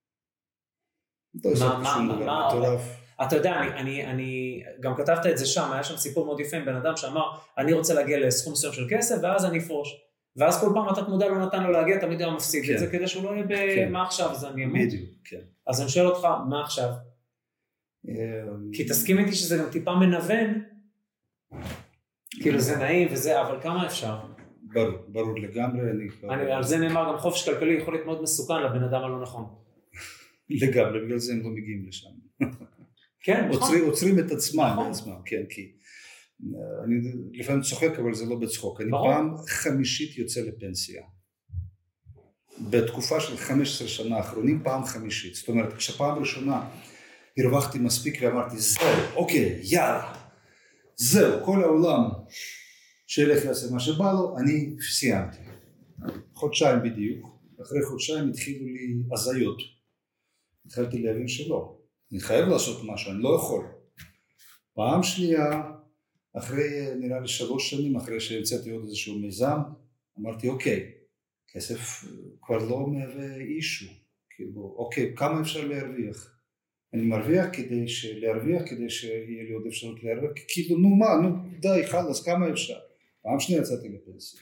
לא השגתי שום דבר מטורף. אתה יודע, אני, אני, אני, גם כתבת את זה שם, היה שם סיפור מאוד יפה עם בן אדם שאמר, אני רוצה להגיע לסכום מסוים של כסף, ואז אני אפרוש. ואז כל פעם אתה מודע לא נתן לו להגיע, תמיד היה מפסיד כן. את זה, כדי שהוא לא יהיה במה עכשיו, אז אני אמור. בדיוק, כן. אז אני שואל אותך, מה עכשיו? כי תסכים איתי שזה גם טיפה מנוון, כאילו זה נעים וזה, אבל כמה אפשר? ברור, ברור לגמרי. אני, על זה נאמר, גם חופש כלכלי יכול להיות מאוד מסוכן לבן אדם הלא נכון. לגמרי, בגלל זה הם לא מגיעים לשם. כן, עוצרים, עוצרים את עצמם בעצמם, כן, כי אני לפעמים צוחק, אבל זה לא בצחוק. אני פעם חמישית יוצא לפנסיה. בתקופה של חמש עשרה שנה האחרונים פעם חמישית. זאת אומרת, כשפעם ראשונה הרווחתי מספיק ואמרתי, זהו, אוקיי, יאללה, זהו, כל העולם שילך יעשה מה שבא לו, אני סיימתי. חודשיים בדיוק, אחרי חודשיים התחילו לי הזיות. התחלתי להבין שלא, אני חייב לעשות משהו, אני לא יכול. פעם שנייה, אחרי נראה לי שלוש שנים, אחרי שהמצאתי עוד איזשהו מיזם, אמרתי, אוקיי, כסף כבר לא מהווה אישו, כאילו, אוקיי, כמה אפשר להרוויח? אני מרוויח כדי להרוויח, כדי שיהיה לי עוד אפשרות להרוויח, כאילו, נו מה, נו, די, חלס, כמה אפשר? פעם שנייה יצאתי לפנסיה.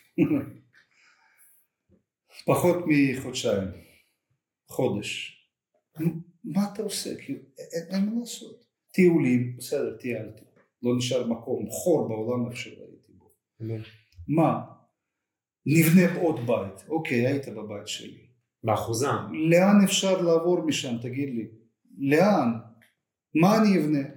פחות מחודשיים, חודש. מה אתה עושה? כאילו, אין מה לעשות. טיולים, בסדר, טיילתי. לא נשאר מקום, חור בעולם אפשר הייתי בו. מה? נבנה עוד בית. אוקיי, היית בבית שלי. באחוזה. לאן אפשר לעבור משם, תגיד לי? לאן? מה אני אבנה?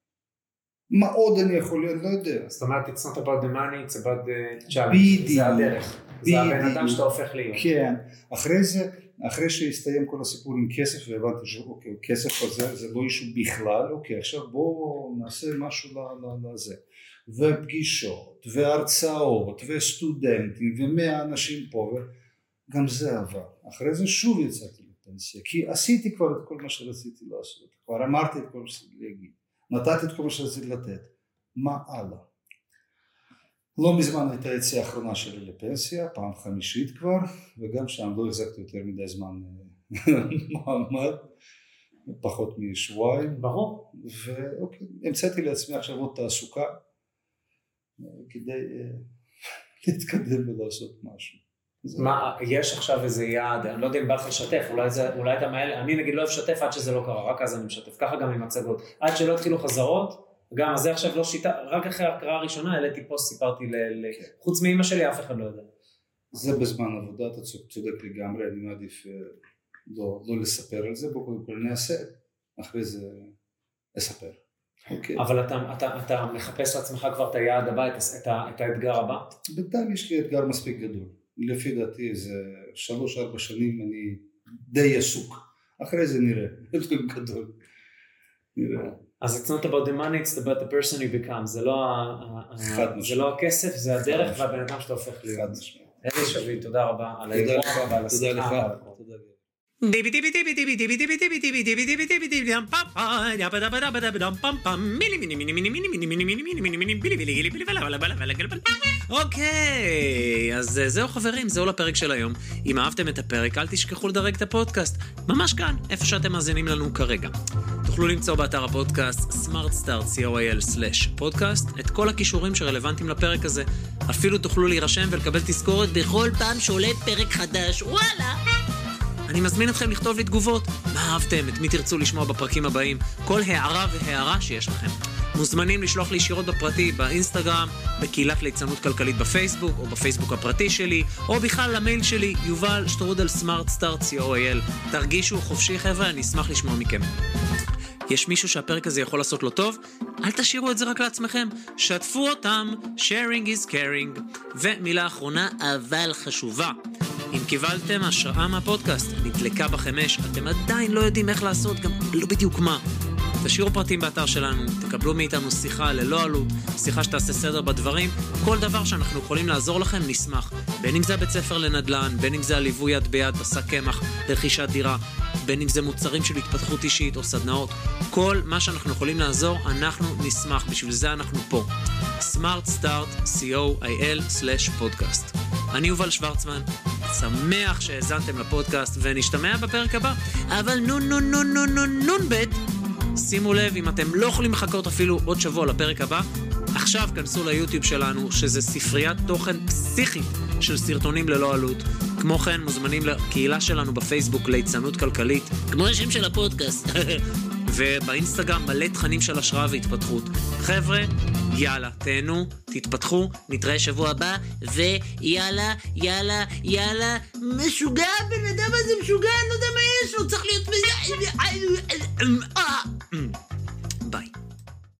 מה עוד אני יכול להיות? לא יודע. זאת אומרת, it's not about the money, it's about the challenge. זה הדרך. זה הבן אדם שאתה הופך להיות. כן. אחרי זה, אחרי שהסתיים כל הסיפור עם כסף, והבנתי שאוקיי, כסף הזה, זה לא אישו בכלל, אוקיי, עכשיו בואו נעשה משהו לזה. ופגישות, והרצאות, וסטודנטים, ומאה אנשים פה, וגם זה עבר. אחרי זה שוב יצאתי לפנסיה, כי עשיתי כבר את כל מה שרציתי לעשות, כבר אמרתי את כל מה שרציתי להגיד, נתתי את כל מה שרציתי לתת. מה הלאה? לא מזמן הייתה יציאה האחרונה שלי לפנסיה, פעם חמישית כבר, וגם שם לא החזקתי יותר מדי זמן מעמד, פחות משבועיים. ברור. ואוקיי, המצאתי לעצמי עכשיו עוד תעסוקה, כדי להתקדם ולעשות משהו. מה, יש עכשיו איזה יעד, אני לא יודע אם בא לך לשתף, אולי, זה, אולי אתה מעלה, אני נגיד לא אוהב לשתף עד שזה לא קרה, רק אז אני משתף, ככה גם עם מצגות, עד שלא התחילו חזרות, גם אז זה עכשיו לא שיטה, רק אחרי ההקראה הראשונה, העליתי פוסט, סיפרתי, ל, ל, חוץ מאמא שלי, אף אחד לא יודע. זה בזמן עבודה, אתה צודק לגמרי, אני מעדיף לא, לא לספר על זה, בוא קודם כל נעשה, אחרי זה אספר. Okay. אבל אתה, אתה, אתה מחפש לעצמך כבר את היעד הבא, את, את, את האתגר הבא? בינתיים יש לי אתגר מספיק גדול. לפי דעתי זה שלוש ארבע שנים אני די עסוק. אחרי זה נראה, אתגר גדול. נראה. אז it's not about the money, it's about the person you become. זה לא, זה לא הכסף, זה הדרך והבן אדם שאתה הופך להיות. איזה שבי, תודה רבה על האירוח ועל השיחה. תודה לך. תודה לך. אוקיי, אז זהו חברים, זהו לפרק של היום. אם אהבתם את הפרק, אל תשכחו לדרג את הפודקאסט, ממש כאן, איפה שאתם מאזינים לנו כרגע. תוכלו למצוא באתר הפודקאסט smartstart co.il slash podcast את כל הכישורים שרלוונטיים לפרק הזה. אפילו תוכלו להירשם ולקבל תזכורת בכל פעם שעולה פרק חדש. וואלה! אני מזמין אתכם לכתוב לי תגובות, מה אהבתם, את מי תרצו לשמוע בפרקים הבאים, כל הערה והערה שיש לכם. מוזמנים לשלוח לי ישירות בפרטי, באינסטגרם, בקהילת ליצנות כלכלית בפייסבוק, או בפייסבוק הפרטי שלי, או בכלל למייל שלי, יובל שטרודל סמארטסטארט סי או איי אל. תרגישו חופשי חבר'ה, אני אשמח לשמוע מכם. יש מישהו שהפרק הזה יכול לעשות לו טוב? אל תשאירו את זה רק לעצמכם, שתפו אותם, sharing is caring. ומילה אחרונה, אבל חשובה. אם קיבלתם השראה מהפודקאסט, נדלקה בכם אש, אתם עדיין לא יודעים איך לעשות, גם לא בדיוק מה. תשאירו פרטים באתר שלנו, תקבלו מאיתנו שיחה ללא עלות, שיחה שתעשה סדר בדברים, כל דבר שאנחנו יכולים לעזור לכם נשמח. בין אם זה בית ספר לנדל"ן, בין אם זה הליווי יד ביד, בשק קמח, לרכישת דירה, בין אם זה מוצרים של התפתחות אישית או סדנאות, כל מה שאנחנו יכולים לעזור, אנחנו נשמח, בשביל זה אנחנו פה. smartstart co.il slash podcast. אני יובל שוורצמן, שמח שהאזנתם לפודקאסט ונשתמע בפרק הבא, אבל נון נון נון נון נון נון בית, שימו לב אם אתם לא יכולים לחכות אפילו עוד שבוע לפרק הבא, עכשיו כנסו ליוטיוב שלנו שזה ספריית תוכן פסיכית של סרטונים ללא עלות, כמו כן מוזמנים לקהילה שלנו בפייסבוק ליצנות כלכלית, כמו השם של הפודקאסט, ובאינסטגרם מלא תכנים של השראה והתפתחות. חבר'ה, יאללה, תהנו, תתפתחו, נתראה שבוע הבא, ויאללה, יאללה, יאללה, משוגע, בן אדם הזה משוגע, אני לא יודע מה יש לו, צריך להיות...